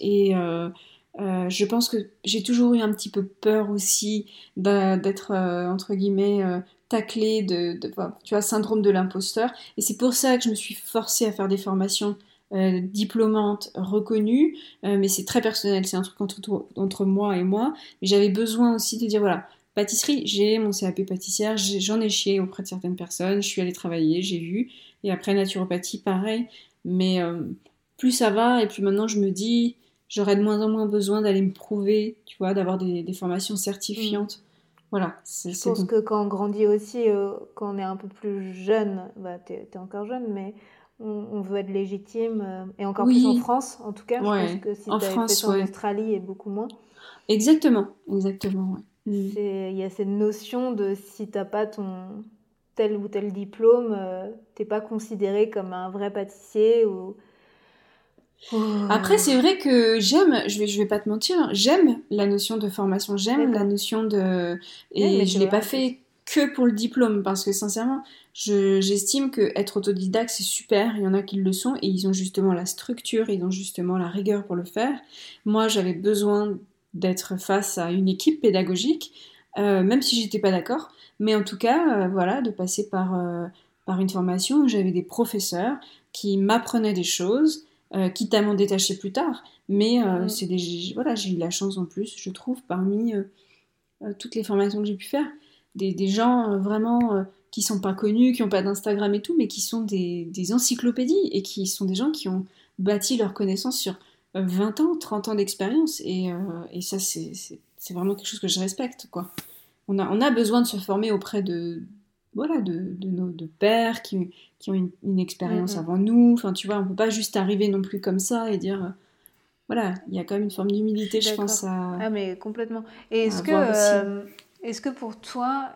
[SPEAKER 1] et je pense que j'ai toujours eu un petit peu peur aussi d'être entre guillemets taclée enfin, tu vois, syndrome de l'imposteur. Et c'est pour ça que je me suis forcée à faire des formations diplômantes reconnues, mais c'est très personnel, c'est un truc entre moi et moi. Mais j'avais besoin aussi de dire voilà, pâtisserie, j'ai mon CAP pâtissière, j'en ai chié auprès de certaines personnes, je suis allée travailler, j'ai vu. Et après naturopathie, pareil. Mais plus ça va, et plus maintenant je me dis, j'aurais de moins en moins besoin d'aller me prouver, tu vois, d'avoir des formations
[SPEAKER 2] Mm.
[SPEAKER 1] certifiantes. Voilà,
[SPEAKER 2] Je
[SPEAKER 1] c'est
[SPEAKER 2] pense
[SPEAKER 1] bon.
[SPEAKER 2] que quand on grandit aussi, quand on est un peu plus jeune, bah, t'es encore jeune, mais on veut être légitime, et encore plus en
[SPEAKER 1] Oui,
[SPEAKER 2] France, en tout cas. Je pense
[SPEAKER 1] ouais.
[SPEAKER 2] que si
[SPEAKER 1] En
[SPEAKER 2] tu avais fait
[SPEAKER 1] France,
[SPEAKER 2] ça en
[SPEAKER 1] ouais.
[SPEAKER 2] Australie, et beaucoup moins,
[SPEAKER 1] Exactement, exactement, ouais. Mm.
[SPEAKER 2] il y a cette notion de si t'as pas ton tel ou tel diplôme, t'es pas considéré comme un vrai pâtissier
[SPEAKER 1] Après,
[SPEAKER 2] ou-
[SPEAKER 1] c'est vrai que je vais pas te mentir, hein, j'aime la notion de formation, j'aime la
[SPEAKER 2] D'accord.
[SPEAKER 1] notion de,
[SPEAKER 2] Oui,
[SPEAKER 1] et
[SPEAKER 2] mais
[SPEAKER 1] je
[SPEAKER 2] c'est
[SPEAKER 1] l'ai
[SPEAKER 2] vrai
[SPEAKER 1] pas
[SPEAKER 2] en plus.
[SPEAKER 1] fait que pour le diplôme, parce que sincèrement, j'estime que être autodidacte, c'est super, il y en a qui le sont, et ils ont justement la structure, ils ont justement la rigueur pour le faire. Moi, j'avais besoin d'être face à une équipe pédagogique, même si j'étais pas d'accord, mais en tout cas, voilà, de passer par une formation où j'avais des professeurs qui m'apprenaient des choses, quitte à m'en détacher plus tard. Mais
[SPEAKER 2] Mm.
[SPEAKER 1] voilà, j'ai eu la chance en plus, je trouve, parmi toutes les formations que j'ai pu faire, des gens vraiment qui sont pas connus, qui n'ont pas d'Instagram et tout, mais qui sont des encyclopédies et qui sont des gens qui ont bâti leur connaissance sur 20 ans, 30 ans d'expérience. Et ça, c'est vraiment quelque chose que je respecte, quoi. On a besoin de se former auprès voilà, de nos de pairs qui ont une
[SPEAKER 2] Mm,
[SPEAKER 1] expérience
[SPEAKER 2] mm.
[SPEAKER 1] avant nous. Enfin, tu vois, on peut pas juste arriver non plus comme ça et dire, voilà, il y a quand même une forme
[SPEAKER 2] Je
[SPEAKER 1] d'humilité,
[SPEAKER 2] suis
[SPEAKER 1] je pense,
[SPEAKER 2] d'accord. Ah, mais complètement. Et
[SPEAKER 1] à avoir aussi.
[SPEAKER 2] est-ce que pour toi,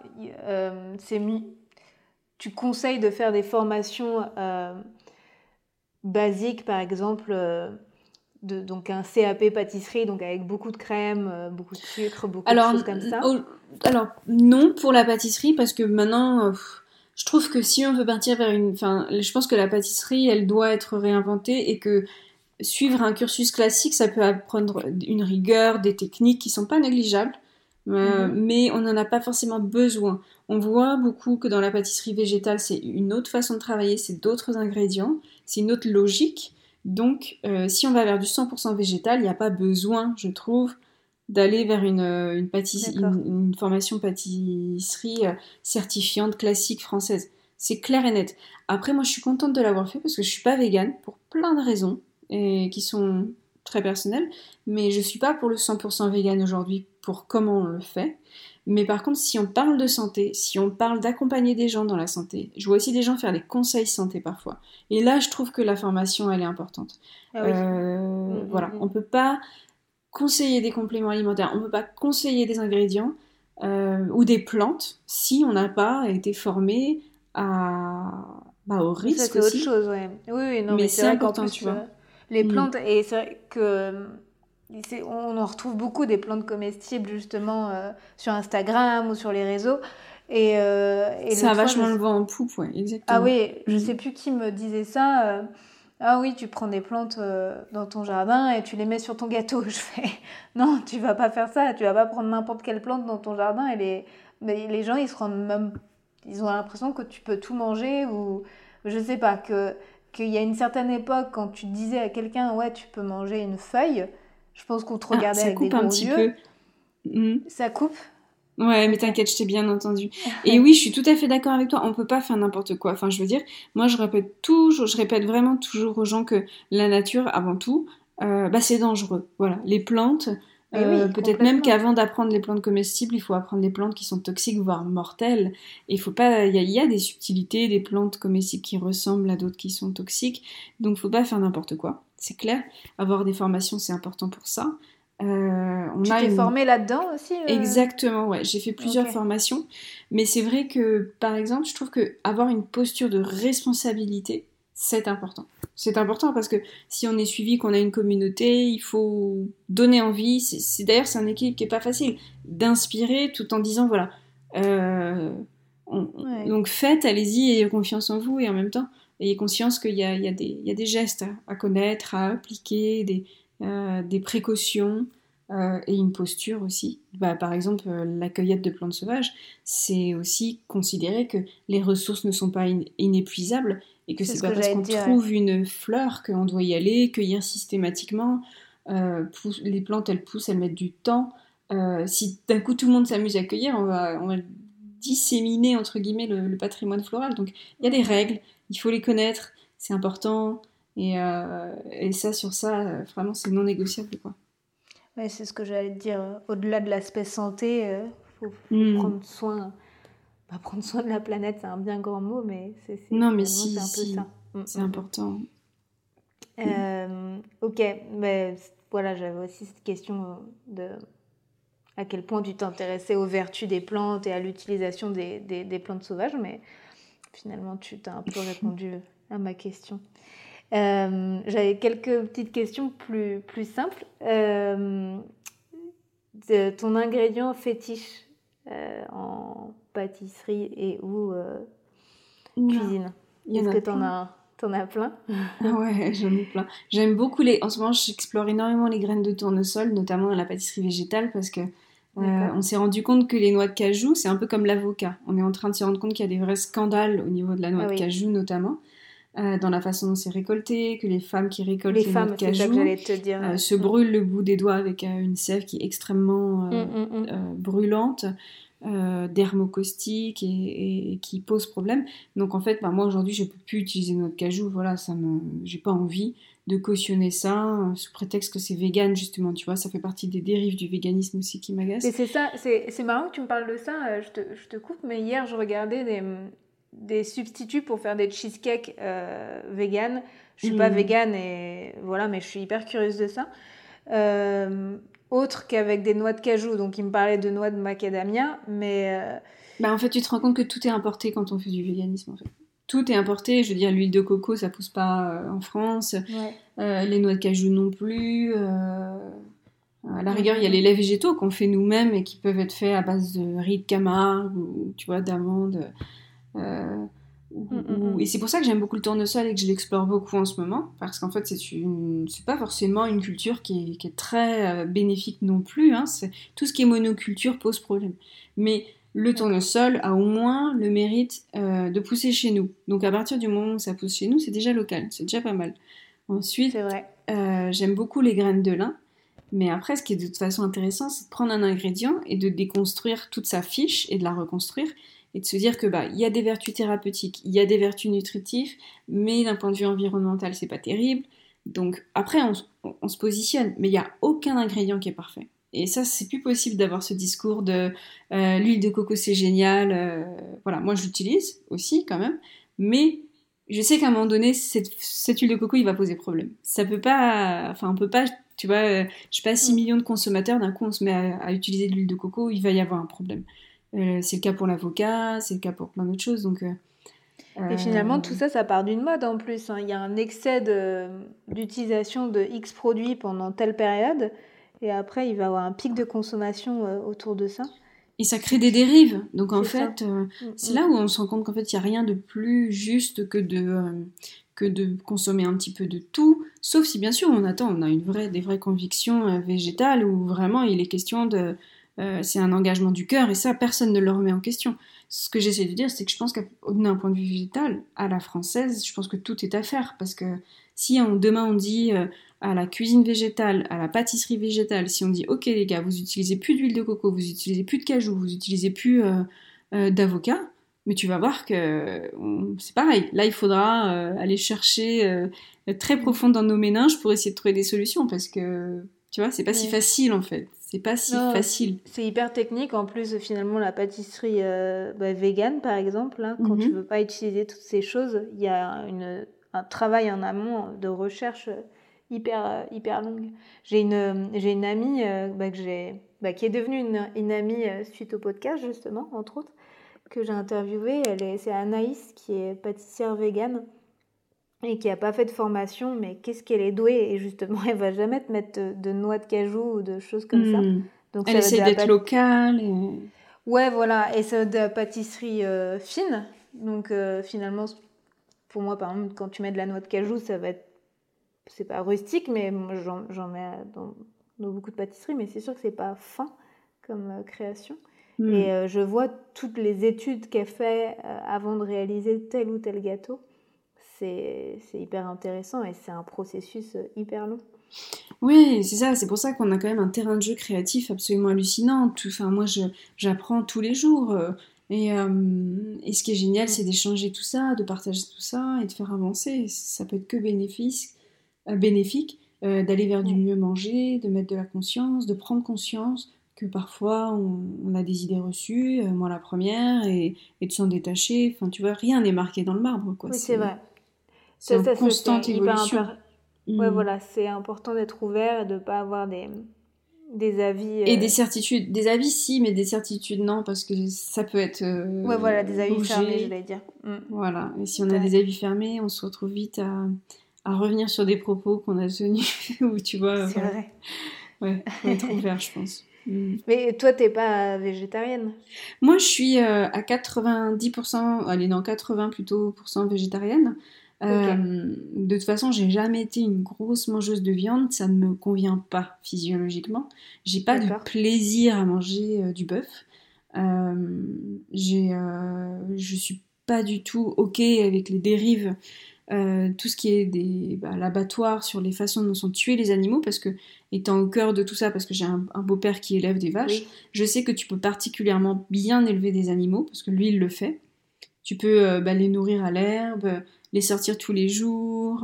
[SPEAKER 2] tu conseilles de faire des formations basiques, par exemple, donc un CAP pâtisserie, donc avec beaucoup de crème, beaucoup de sucre, beaucoup de
[SPEAKER 1] Alors,
[SPEAKER 2] choses comme ça?
[SPEAKER 1] alors, non pour la pâtisserie, parce que maintenant, je trouve que si on veut partir vers une... Enfin, je pense que la pâtisserie, elle doit être réinventée et que suivre un cursus classique, ça peut apprendre une rigueur, des techniques qui sont pas négligeables,
[SPEAKER 2] Mhm.
[SPEAKER 1] mais on n'en a pas forcément besoin. On voit beaucoup que dans la pâtisserie végétale, c'est une autre façon de travailler, c'est d'autres ingrédients, c'est une autre logique. Donc, si on va vers du 100% végétal, il n'y a pas besoin, je trouve, d'aller vers
[SPEAKER 2] D'accord.
[SPEAKER 1] une formation pâtisserie certifiante classique française. C'est clair et net. Après, moi, je suis contente de l'avoir fait parce que je suis pas végane pour plein de raisons et qui sont très personnelles, mais je suis pas pour le 100% vegan aujourd'hui pour comment on le fait. Mais par contre, si on parle de santé, si on parle d'accompagner des gens dans la santé, je vois aussi des gens faire des conseils santé parfois. Et là, je trouve que la formation, elle est importante.
[SPEAKER 2] Ah oui. Mm,
[SPEAKER 1] Voilà,
[SPEAKER 2] mm,
[SPEAKER 1] on peut pas conseiller des compléments alimentaires, on peut pas conseiller des ingrédients ou des plantes si on n'a pas été formé au
[SPEAKER 2] mm. Ça,
[SPEAKER 1] risque
[SPEAKER 2] c'est autre
[SPEAKER 1] aussi.
[SPEAKER 2] chose, ouais. Oui, oui, non,
[SPEAKER 1] Mais
[SPEAKER 2] mais c'est
[SPEAKER 1] c'est
[SPEAKER 2] vrai qu'en
[SPEAKER 1] important, tu
[SPEAKER 2] plus,
[SPEAKER 1] vois.
[SPEAKER 2] les
[SPEAKER 1] Mm.
[SPEAKER 2] plantes, et c'est vrai que on en retrouve beaucoup des plantes comestibles justement sur Instagram ou sur les réseaux. Et
[SPEAKER 1] Ça a
[SPEAKER 2] l'autre fois,
[SPEAKER 1] vachement le vent en poupe, ouais,
[SPEAKER 2] ah
[SPEAKER 1] exactement.
[SPEAKER 2] oui, je
[SPEAKER 1] Mm.
[SPEAKER 2] sais plus qui me disait ça. Ah oui, tu prends des plantes dans ton jardin et tu les mets sur ton gâteau. Je fais, non, tu vas pas faire ça. Tu vas pas prendre n'importe quelle plante dans ton jardin et mais les gens, ils se rendent même, ils ont l'impression que tu peux tout manger ou, je sais pas, qu'il y a une certaine époque, quand tu disais à quelqu'un, ouais, tu peux manger une feuille, je pense qu'on te
[SPEAKER 1] Ah,
[SPEAKER 2] regardait
[SPEAKER 1] ça
[SPEAKER 2] avec des
[SPEAKER 1] coupe un
[SPEAKER 2] gros
[SPEAKER 1] petit
[SPEAKER 2] yeux.
[SPEAKER 1] peu. Mhm.
[SPEAKER 2] Ça coupe?
[SPEAKER 1] Ouais, mais
[SPEAKER 2] Ok.
[SPEAKER 1] t'inquiète, je t'ai bien entendu. Et oui, je suis tout à fait d'accord avec toi. On peut pas faire n'importe quoi. Enfin, je veux dire, moi, je répète vraiment toujours aux gens que la nature, avant tout, bah, c'est dangereux. Voilà, les plantes.
[SPEAKER 2] Mais oui,
[SPEAKER 1] Peut-être même
[SPEAKER 2] complètement.
[SPEAKER 1] qu'avant d'apprendre les plantes comestibles, il faut apprendre les plantes qui sont toxiques, voire mortelles. Et il faut pas, il y a des subtilités, des plantes comestibles qui ressemblent à d'autres qui sont toxiques. Donc, faut pas faire n'importe quoi. C'est clair. Avoir des formations, c'est important pour ça. On
[SPEAKER 2] Tu
[SPEAKER 1] a
[SPEAKER 2] t'es
[SPEAKER 1] une
[SPEAKER 2] formée là-dedans aussi
[SPEAKER 1] Exactement, ouais. J'ai fait
[SPEAKER 2] Ok.
[SPEAKER 1] plusieurs formations, mais c'est vrai que, par exemple, je trouve que avoir une posture de responsabilité, c'est important. C'est important parce que si on est suivi, qu'on a une communauté, il faut donner envie. D'ailleurs, c'est un équilibre qui est pas facile d'inspirer tout en disant voilà, euh,
[SPEAKER 2] Ouais.
[SPEAKER 1] donc faites, allez-y, ayez confiance en vous et en même temps ayez conscience qu'il y a des gestes à connaître, à appliquer, des précautions et une posture aussi. Bah, par exemple, la cueillette de plantes sauvages, c'est aussi considérer que les ressources ne sont pas inépuisables et que
[SPEAKER 2] C'est
[SPEAKER 1] c'est
[SPEAKER 2] ce
[SPEAKER 1] pas
[SPEAKER 2] que
[SPEAKER 1] parce
[SPEAKER 2] j'allais te
[SPEAKER 1] qu'on
[SPEAKER 2] dire. Ouais.
[SPEAKER 1] trouve une fleur qu'on doit y aller, cueillir systématiquement. Les plantes, elles poussent, elles mettent du temps. Si d'un coup tout le monde s'amuse à cueillir, on va disséminer entre guillemets le patrimoine floral. Donc il y a des
[SPEAKER 2] Mhm.
[SPEAKER 1] règles, il faut les connaître, c'est important. Et ça, sur ça, vraiment, c'est non négociable, quoi.
[SPEAKER 2] Ouais, c'est ce que j'allais te dire. Au-delà de l'aspect santé, faut
[SPEAKER 1] Hmm.
[SPEAKER 2] prendre soin. Bah, prendre soin de la planète, c'est un bien grand mot, mais
[SPEAKER 1] Non, mais
[SPEAKER 2] finalement, c'est
[SPEAKER 1] si,
[SPEAKER 2] un peu ça.
[SPEAKER 1] si, c'est important. Mm.
[SPEAKER 2] Ok, mais voilà, j'avais aussi cette question de à quel point tu t'intéressais aux vertus des plantes et à l'utilisation des plantes sauvages, mais finalement, tu t'as un peu répondu à ma question. J'avais quelques petites questions plus simples. Ton ingrédient fétiche en pâtisserie et ou
[SPEAKER 1] Oula,
[SPEAKER 2] cuisine?
[SPEAKER 1] il y en
[SPEAKER 2] Est-ce
[SPEAKER 1] a
[SPEAKER 2] que
[SPEAKER 1] plein.
[SPEAKER 2] t'en as plein?
[SPEAKER 1] Ah ouais, j'en ai plein. J'aime beaucoup les. En ce moment, j'explore énormément les graines de tournesol, notamment dans la pâtisserie végétale, parce que
[SPEAKER 2] D'accord.
[SPEAKER 1] on s'est rendu compte que les noix de cajou, c'est un peu comme l'avocat. On est en train de se rendre compte qu'il y a des vrais scandales au niveau de la noix
[SPEAKER 2] Ah
[SPEAKER 1] de
[SPEAKER 2] oui,
[SPEAKER 1] cajou, notamment, dans la façon dont c'est récolté, que les femmes qui
[SPEAKER 2] les
[SPEAKER 1] récoltent les noix de
[SPEAKER 2] femmes, c'est ça que
[SPEAKER 1] cajou
[SPEAKER 2] j'allais te dire.
[SPEAKER 1] se brûlent le bout des doigts avec une sève qui est extrêmement
[SPEAKER 2] Mm.
[SPEAKER 1] brûlante, dermocaustique et qui pose problème. Donc en fait, bah, moi aujourd'hui, je peux plus utiliser de noix de cajou. Voilà, j'ai pas envie de cautionner ça sous prétexte que c'est vegan justement. Tu vois, ça fait partie des dérives du véganisme aussi qui
[SPEAKER 2] Mais
[SPEAKER 1] m'agacent.
[SPEAKER 2] c'est ça, c'est marrant que tu me parles de ça. Je te coupe, mais hier, je regardais des substituts pour faire des cheesecakes vegan. Je suis pas
[SPEAKER 1] Hmm.
[SPEAKER 2] végane et voilà, mais je suis hyper curieuse de ça. Euh, Autre qu'avec des noix de cajou. Donc, il me parlait de noix de macadamia, mais
[SPEAKER 1] Bah en fait, tu te rends compte que tout est importé quand on fait du véganisme en fait. Tout est importé, je veux dire, l'huile de coco, ça pousse pas en France,
[SPEAKER 2] ouais.
[SPEAKER 1] les noix de cajou non plus. À la rigueur, il y a les
[SPEAKER 2] Mm.
[SPEAKER 1] laits végétaux qu'on fait nous-mêmes et qui peuvent être faits à base de riz de Camargue ou tu vois d'amandes. Euh,
[SPEAKER 2] Mm.
[SPEAKER 1] et c'est pour ça que j'aime beaucoup le tournesol et que je l'explore beaucoup en ce moment parce qu'en fait c'est pas forcément une culture qui est très bénéfique non plus. Hein. Tout ce qui est monoculture pose problème. Mais le
[SPEAKER 2] D'accord.
[SPEAKER 1] tournesol a au moins le mérite de pousser chez nous. Donc à partir du moment où ça pousse chez nous, c'est déjà local, c'est déjà pas mal.
[SPEAKER 2] C'est
[SPEAKER 1] Ensuite,
[SPEAKER 2] vrai.
[SPEAKER 1] j'aime beaucoup les graines de lin. Mais après, ce qui est de toute façon intéressant, c'est de prendre un ingrédient et de déconstruire toute sa fiche et de la reconstruire et de se dire que bah il y a des vertus thérapeutiques, il y a des vertus nutritives, mais d'un point de vue environnemental, c'est pas terrible. Donc après, on se positionne, mais il n'y a aucun ingrédient qui est parfait. Et ça, c'est plus possible d'avoir ce discours de l'huile de coco c'est génial. Voilà, moi je l'utilise aussi quand même, mais je sais qu'à un moment donné, cette huile de coco, il va poser problème. Ça peut pas, enfin on peut pas, tu vois, je sais pas, 6
[SPEAKER 2] Mm.
[SPEAKER 1] millions de consommateurs, d'un coup on se met à utiliser de l'huile de coco, il va y avoir un problème. C'est le cas pour l'avocat, c'est le cas pour plein d'autres choses. Donc,
[SPEAKER 2] Et finalement,
[SPEAKER 1] euh,
[SPEAKER 2] tout ça, ça part d'une mode en plus, hein. Il y a un excès d'utilisation de X produits pendant telle période, et après, il va y avoir un pic de consommation autour de ça.
[SPEAKER 1] Et ça crée des dérives. Donc en
[SPEAKER 2] C'est
[SPEAKER 1] fait,
[SPEAKER 2] ça.
[SPEAKER 1] c'est là où on se rend compte qu'en fait, il n'y a rien de plus juste que de consommer un petit peu de tout. Sauf si bien sûr on a des vraies convictions végétales où vraiment il est question de... c'est un engagement du cœur et ça, personne ne le remet en question. Ce que j'essaie de dire, c'est que je pense d'un point de vue végétal, à la française, je pense que tout est à faire. Parce que si demain on dit à la cuisine végétale, à la pâtisserie végétale, si on dit ok les gars, vous utilisez plus d'huile de coco, vous utilisez plus de cajou, vous utilisez plus d'avocat, mais tu vas voir que c'est pareil. Là, il faudra aller chercher très profond dans nos méninges pour essayer de trouver des solutions parce que tu vois, c'est pas si
[SPEAKER 2] Ouais.
[SPEAKER 1] facile en fait. C'est pas si
[SPEAKER 2] Non,
[SPEAKER 1] facile.
[SPEAKER 2] c'est hyper technique. En plus, finalement, la pâtisserie vegan, par exemple, hein, quand tu
[SPEAKER 1] Mhm.
[SPEAKER 2] veux pas utiliser toutes ces choses, il y a un travail en amont de recherche hyper longue. J'ai une amie qui est devenue une amie suite au podcast, justement, entre autres, que j'ai interviewée. C'est Anaïs, qui est pâtissière végane et qui a pas fait de formation, mais qu'est-ce qu'elle est douée. Et justement, elle va jamais te mettre de noix de cajou ou de choses comme ça.
[SPEAKER 1] Hmm.
[SPEAKER 2] Donc
[SPEAKER 1] Elle
[SPEAKER 2] ça va être de
[SPEAKER 1] essaye
[SPEAKER 2] la
[SPEAKER 1] d'être locale. Et...
[SPEAKER 2] Ouais, voilà, et ça va être de la pâtisserie fine. Donc finalement, pour moi, par exemple, quand tu mets de la noix de cajou, ça va être, c'est pas rustique, mais moi, j'en mets dans beaucoup de pâtisseries, mais c'est sûr que c'est pas fin comme création.
[SPEAKER 1] Hmm.
[SPEAKER 2] Et je vois toutes les études qu'elle fait avant de réaliser tel ou tel gâteau. C'est hyper intéressant et c'est un processus hyper long.
[SPEAKER 1] Oui, c'est ça, c'est pour ça qu'on a quand même un terrain de jeu créatif absolument hallucinant. Enfin, moi, j'apprends tous les jours. Et ce qui est génial, c'est d'échanger tout ça, de partager tout ça et de faire avancer. Ça peut être que bénéfique, d'aller vers du
[SPEAKER 2] Ouais.
[SPEAKER 1] mieux manger, de mettre de la conscience, de prendre conscience que parfois on a des idées reçues, moi la première, et de s'en détacher. Enfin, tu vois, rien n'est marqué dans le marbre, quoi.
[SPEAKER 2] Oui, c'est vrai.
[SPEAKER 1] C'est en
[SPEAKER 2] C'est
[SPEAKER 1] constante
[SPEAKER 2] hyper
[SPEAKER 1] évolution.
[SPEAKER 2] important. Ouais,
[SPEAKER 1] Mm.
[SPEAKER 2] voilà, c'est important d'être ouvert et de ne pas avoir des avis.
[SPEAKER 1] Et des certitudes, des avis si, mais des certitudes non, parce que ça peut être
[SPEAKER 2] Ouais, voilà, des avis fermés,
[SPEAKER 1] bougé.
[SPEAKER 2] j'allais dire.
[SPEAKER 1] Voilà, et si on a
[SPEAKER 2] Ouais,
[SPEAKER 1] des avis fermés, on se retrouve vite à revenir sur des propos qu'on a tenus, ou tu vois,
[SPEAKER 2] c'est
[SPEAKER 1] voilà.
[SPEAKER 2] vrai.
[SPEAKER 1] Ouais, faut être ouvert, je pense. Mm.
[SPEAKER 2] Mais toi, t'es pas végétarienne?
[SPEAKER 1] Moi, je suis à 90%, allez, non, 80 plutôt pour cent végétarienne.
[SPEAKER 2] Ok,
[SPEAKER 1] De toute façon, j'ai jamais été une grosse mangeuse de viande, ça ne me convient pas physiologiquement. J'ai pas de
[SPEAKER 2] d'accord.
[SPEAKER 1] plaisir à manger du bœuf. Euh, je suis pas du tout ok avec les dérives, tout ce qui est l'abattoir sur les façons dont sont tués les animaux, parce que étant au cœur de tout ça, parce que j'ai un beau-père qui élève des vaches,
[SPEAKER 2] Oui,
[SPEAKER 1] je sais que tu peux particulièrement bien élever des animaux, parce que lui il le fait. Tu peux les nourrir à l'herbe, les sortir tous les jours,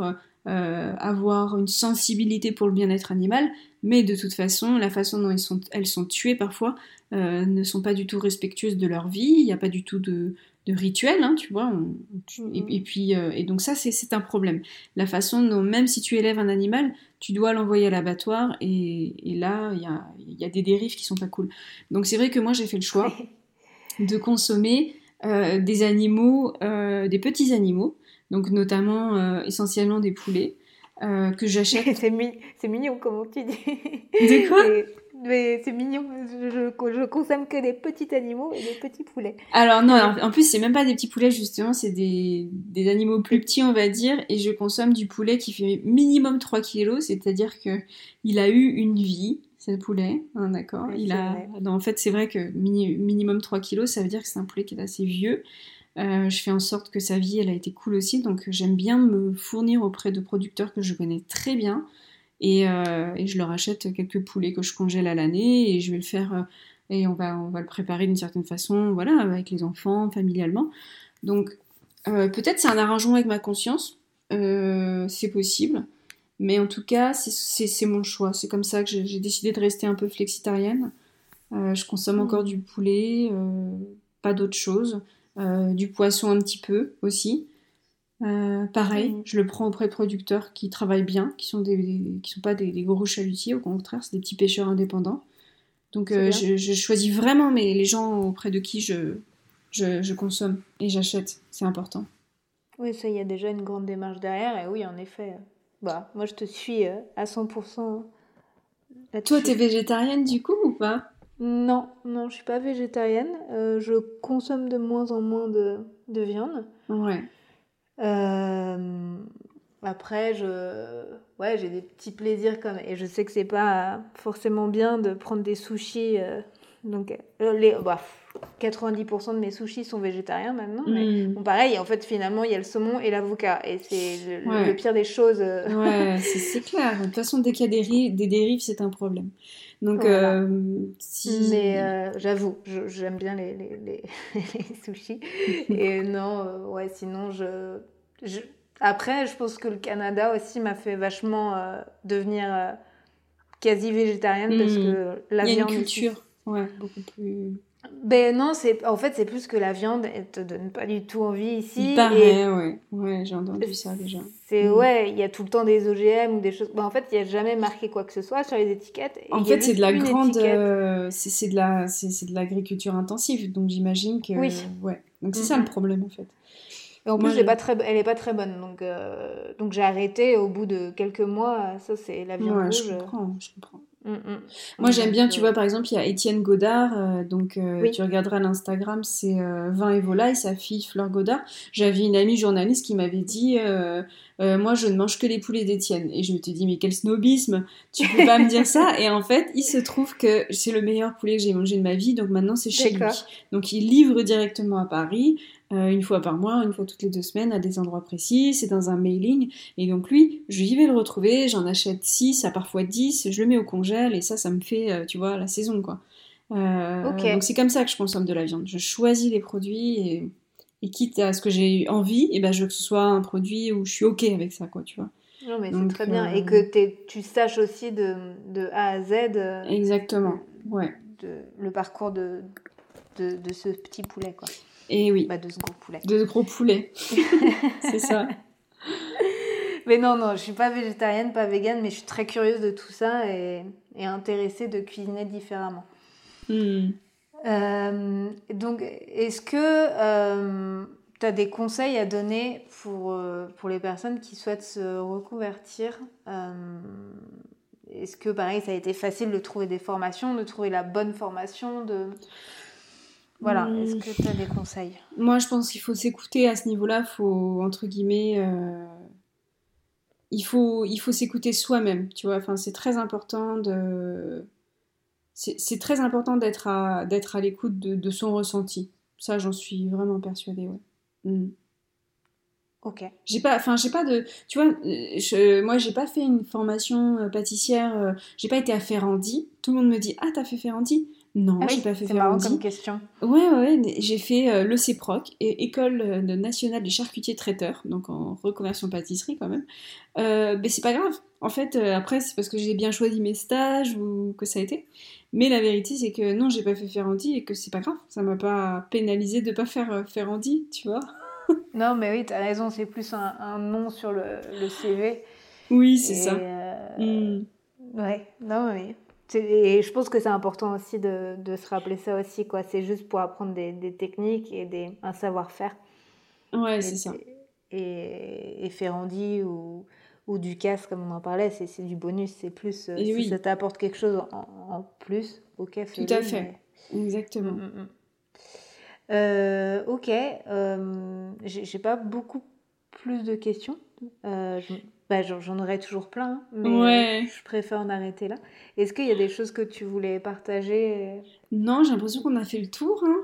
[SPEAKER 1] avoir une sensibilité pour le bien-être animal, mais de toute façon, la façon dont elles sont tuées parfois ne sont pas du tout respectueuses de leur vie, il n'y a pas du tout de rituel, hein, tu vois. Et puis, et donc ça, c'est un problème. La façon dont, même si tu élèves un animal, tu dois l'envoyer à l'abattoir, et là, il y a des dérives qui sont pas cool. Donc c'est vrai que moi, j'ai fait le choix de consommer des animaux, des petits animaux, donc notamment essentiellement des poulets, que j'achète.
[SPEAKER 2] c'est mignon comment tu dis.
[SPEAKER 1] De quoi?
[SPEAKER 2] Mais, mais c'est mignon. Je consomme que des petits animaux et des petits poulets.
[SPEAKER 1] Alors non, en plus c'est même pas des petits poulets justement, c'est des animaux plus petits on va dire, et je consomme du poulet qui fait minimum 3 kilos, c'est-à-dire que il a eu une vie, ce poulet, hein, d'accord.
[SPEAKER 2] Ouais,
[SPEAKER 1] Il
[SPEAKER 2] c'est
[SPEAKER 1] a,
[SPEAKER 2] vrai.
[SPEAKER 1] non, en fait c'est vrai que minimum 3 kilos, ça veut dire que c'est un poulet qui est assez vieux. Je fais en sorte que sa vie elle a été cool aussi, donc j'aime bien me fournir auprès de producteurs que je connais très bien, et je leur achète quelques poulets que je congèle à l'année, et je vais le faire, et on va le préparer d'une certaine façon, voilà, avec les enfants, familialement. Donc peut-être c'est un arrangement avec ma conscience, c'est possible, mais en tout cas c'est mon choix. C'est comme ça que j'ai décidé de rester un peu flexitarienne. Je consomme encore
[SPEAKER 2] Mm.
[SPEAKER 1] du poulet, pas d'autre chose, du poisson un petit peu aussi. Pareil,
[SPEAKER 2] Mm.
[SPEAKER 1] je le prends auprès de producteurs qui travaillent bien, qui sont pas des gros chalutiers, au contraire, c'est des petits pêcheurs indépendants. Donc
[SPEAKER 2] C'est bien.
[SPEAKER 1] je choisis vraiment les gens auprès de qui je consomme et j'achète, c'est important.
[SPEAKER 2] Oui, ça, il y a déjà une grande démarche derrière. Et oui, en effet, bah, moi, je te suis à 100%
[SPEAKER 1] Toi, t'es
[SPEAKER 2] là-dessus.
[SPEAKER 1] végétarienne du coup ou pas?
[SPEAKER 2] Non, non, je suis pas végétarienne. Je consomme de moins en moins de viande.
[SPEAKER 1] Ouais.
[SPEAKER 2] Euh, Après, ouais, j'ai des petits plaisirs comme... Et je sais que c'est pas forcément bien de prendre des sushis. Donc, 90% de mes sushis sont végétariens maintenant. Mais bon, pareil, en fait, finalement, il y a le saumon et l'avocat. Et c'est le
[SPEAKER 1] Ouais.
[SPEAKER 2] pire des choses.
[SPEAKER 1] Ouais, c'est clair. De toute façon, dès qu'il y a des dérives, c'est un problème. Donc,
[SPEAKER 2] Voilà. Mais
[SPEAKER 1] si...
[SPEAKER 2] j'avoue, j'aime bien les sushis. Et non, ouais, sinon, je- Après, je pense que le Canada aussi m'a fait vachement devenir quasi végétarienne parce que la
[SPEAKER 1] Il y a une
[SPEAKER 2] viande ici...
[SPEAKER 1] culture, ouais, beaucoup plus...
[SPEAKER 2] Ben non, en fait, c'est plus que la viande, elle te donne pas du tout envie
[SPEAKER 1] Il
[SPEAKER 2] ici.
[SPEAKER 1] paraît,
[SPEAKER 2] Et
[SPEAKER 1] ouais. Ouais, j'ai entendu ça déjà.
[SPEAKER 2] ouais, il y a tout le temps des OGM ou des choses... Ben, en fait, il n'y a jamais marqué quoi que ce soit sur les étiquettes. Et
[SPEAKER 1] En
[SPEAKER 2] il y a
[SPEAKER 1] fait, c'est de
[SPEAKER 2] juste
[SPEAKER 1] la
[SPEAKER 2] une
[SPEAKER 1] grande...
[SPEAKER 2] étiquette.
[SPEAKER 1] c'est de l'agriculture intensive, donc j'imagine que...
[SPEAKER 2] Oui.
[SPEAKER 1] Ouais, donc c'est ça le problème, en fait.
[SPEAKER 2] Et en
[SPEAKER 1] Moi,
[SPEAKER 2] plus, elle est pas très bonne. Donc j'ai arrêté au bout de quelques mois. Ça, c'est la viande
[SPEAKER 1] ouais,
[SPEAKER 2] rouge.
[SPEAKER 1] je comprends. Moi, j'aime
[SPEAKER 2] Donc,
[SPEAKER 1] bien, tu vois, par exemple, il y a Étienne Godard, donc tu
[SPEAKER 2] oui,
[SPEAKER 1] regarderas l'Instagram, c'est Vin et Volaille, sa fille Fleur Godard. J'avais une amie journaliste qui m'avait dit, moi, je ne mange que les poulets d'Étienne. Et je me suis dit, mais quel snobisme, tu peux pas me dire ça. Et en fait, il se trouve que c'est le meilleur poulet que j'ai mangé de ma vie, donc maintenant c'est chez
[SPEAKER 2] d'accord.
[SPEAKER 1] lui. Donc il livre directement à Paris, une fois par mois, une fois toutes les 2 semaines, à des endroits précis, c'est dans un mailing. Et donc lui, j'y vais le retrouver, j'en achète 6 à parfois 10, je le mets au congèle et ça me fait, tu vois, la saison, quoi.
[SPEAKER 2] Ok.
[SPEAKER 1] Donc c'est comme ça que je consomme de la viande. Je choisis les produits et quitte à ce que j'ai envie, et ben que ce soit un produit où je suis ok avec ça, quoi, tu vois.
[SPEAKER 2] Non, mais c'est
[SPEAKER 1] Donc
[SPEAKER 2] très bien. Et que tu saches aussi de A à Z
[SPEAKER 1] exactement, ouais.
[SPEAKER 2] le parcours de ce petit poulet, quoi.
[SPEAKER 1] Et oui,
[SPEAKER 2] Bah, de ce gros poulet.
[SPEAKER 1] de gros poulets, c'est ça.
[SPEAKER 2] Mais non, non, je suis pas végétarienne, pas végane, mais je suis très curieuse de tout ça et intéressée de cuisiner différemment. Donc, est-ce que tu as des conseils à donner pour les personnes qui souhaitent se reconvertir? Est-ce que, pareil, ça a été facile de trouver des formations, de trouver la bonne formation Voilà, est-ce que tu as des conseils?
[SPEAKER 1] Moi, je pense qu'il faut s'écouter à ce niveau-là, faut, entre guillemets, il faut s'écouter soi-même, tu vois. Enfin, c'est très important de... C'est très important d'être à l'écoute de son ressenti. Ça, j'en suis vraiment persuadée, ouais.
[SPEAKER 2] Ok.
[SPEAKER 1] J'ai pas de, tu vois, moi j'ai pas fait une formation pâtissière, j'ai pas été à Ferrandi. Tout le monde me dit, ah t'as fait Ferrandi? Non,
[SPEAKER 2] Ah
[SPEAKER 1] j'ai
[SPEAKER 2] oui,
[SPEAKER 1] pas fait
[SPEAKER 2] c'est marrant comme
[SPEAKER 1] Ferrandi.
[SPEAKER 2] question.
[SPEAKER 1] Ouais, j'ai fait le CEPROC, École nationale des charcutiers traiteurs, donc en reconversion pâtisserie quand même. Mais c'est pas grave. En fait, après c'est parce que j'ai bien choisi mes stages ou que ça a été. Mais la vérité c'est que non, j'ai pas fait Ferrandi et que c'est pas grave. Ça m'a pas pénalisé de pas faire Ferrandi, tu vois.
[SPEAKER 2] Non, mais oui, tu as raison, c'est plus un nom sur le CV.
[SPEAKER 1] Oui, c'est
[SPEAKER 2] Et
[SPEAKER 1] ça. Hmm.
[SPEAKER 2] ouais, non, mais. Et je pense que c'est important aussi de se rappeler ça aussi, quoi. C'est juste pour apprendre des techniques et un savoir-faire.
[SPEAKER 1] Ouais,
[SPEAKER 2] Et,
[SPEAKER 1] c'est ça.
[SPEAKER 2] et Ferrandi ou Ducasse, comme on en parlait, c'est du bonus. C'est plus.
[SPEAKER 1] Et
[SPEAKER 2] Si ça
[SPEAKER 1] oui,
[SPEAKER 2] t'apporte quelque chose en plus, ok,
[SPEAKER 1] tout à
[SPEAKER 2] fais-le,
[SPEAKER 1] fait.
[SPEAKER 2] mais. Mm,
[SPEAKER 1] Exactement.
[SPEAKER 2] mm, mm. Ok, j'ai pas beaucoup plus de questions. J'en aurais toujours plein, hein, mais
[SPEAKER 1] Ouais.
[SPEAKER 2] je préfère en arrêter là. Est-ce qu'il y a des choses que tu voulais partager?
[SPEAKER 1] Non, j'ai l'impression qu'on a fait le tour, hein.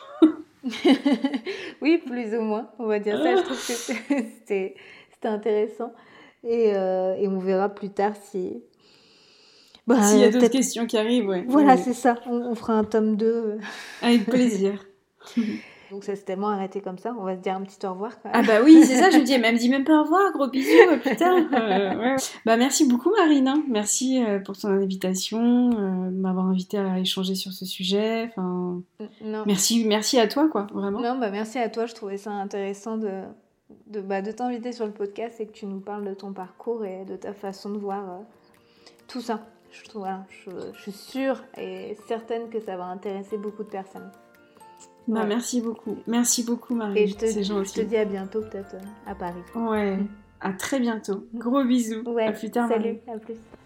[SPEAKER 2] Oui, plus ou moins, on va dire ça. Je
[SPEAKER 1] Ah.
[SPEAKER 2] trouve que c'était intéressant. Et on verra plus tard si...
[SPEAKER 1] S'il y a d'autres
[SPEAKER 2] peut-être...
[SPEAKER 1] questions qui arrivent, ouais. Ouais,
[SPEAKER 2] Voilà,
[SPEAKER 1] ouais.
[SPEAKER 2] c'est ça. On fera un tome 2.
[SPEAKER 1] Avec plaisir.
[SPEAKER 2] Donc ça s'est tellement arrêté comme ça. On va se dire un petit au revoir quand
[SPEAKER 1] Ah
[SPEAKER 2] même.
[SPEAKER 1] bah oui, c'est ça, je me dis, elle m'a dit même pas au revoir, gros bisous, à plus tard. Ouais. Bah merci beaucoup Marine, hein. Merci pour ton invitation, de m'avoir invité à échanger sur ce sujet. Enfin,
[SPEAKER 2] Non.
[SPEAKER 1] merci à toi, quoi, vraiment.
[SPEAKER 2] Non, merci à toi. Je trouvais ça intéressant de t'inviter sur le podcast et que tu nous parles de ton parcours et de ta façon de voir tout ça. Voilà, je suis sûre et certaine que ça va intéresser beaucoup de personnes.
[SPEAKER 1] Bah
[SPEAKER 2] Voilà.
[SPEAKER 1] merci beaucoup. Merci beaucoup Marine,
[SPEAKER 2] Et
[SPEAKER 1] c'est gentil.
[SPEAKER 2] je te dis à bientôt peut-être à Paris.
[SPEAKER 1] Ouais, à très bientôt. Gros bisous.
[SPEAKER 2] Ouais,
[SPEAKER 1] À plus tard
[SPEAKER 2] salut,
[SPEAKER 1] Marine.
[SPEAKER 2] à plus.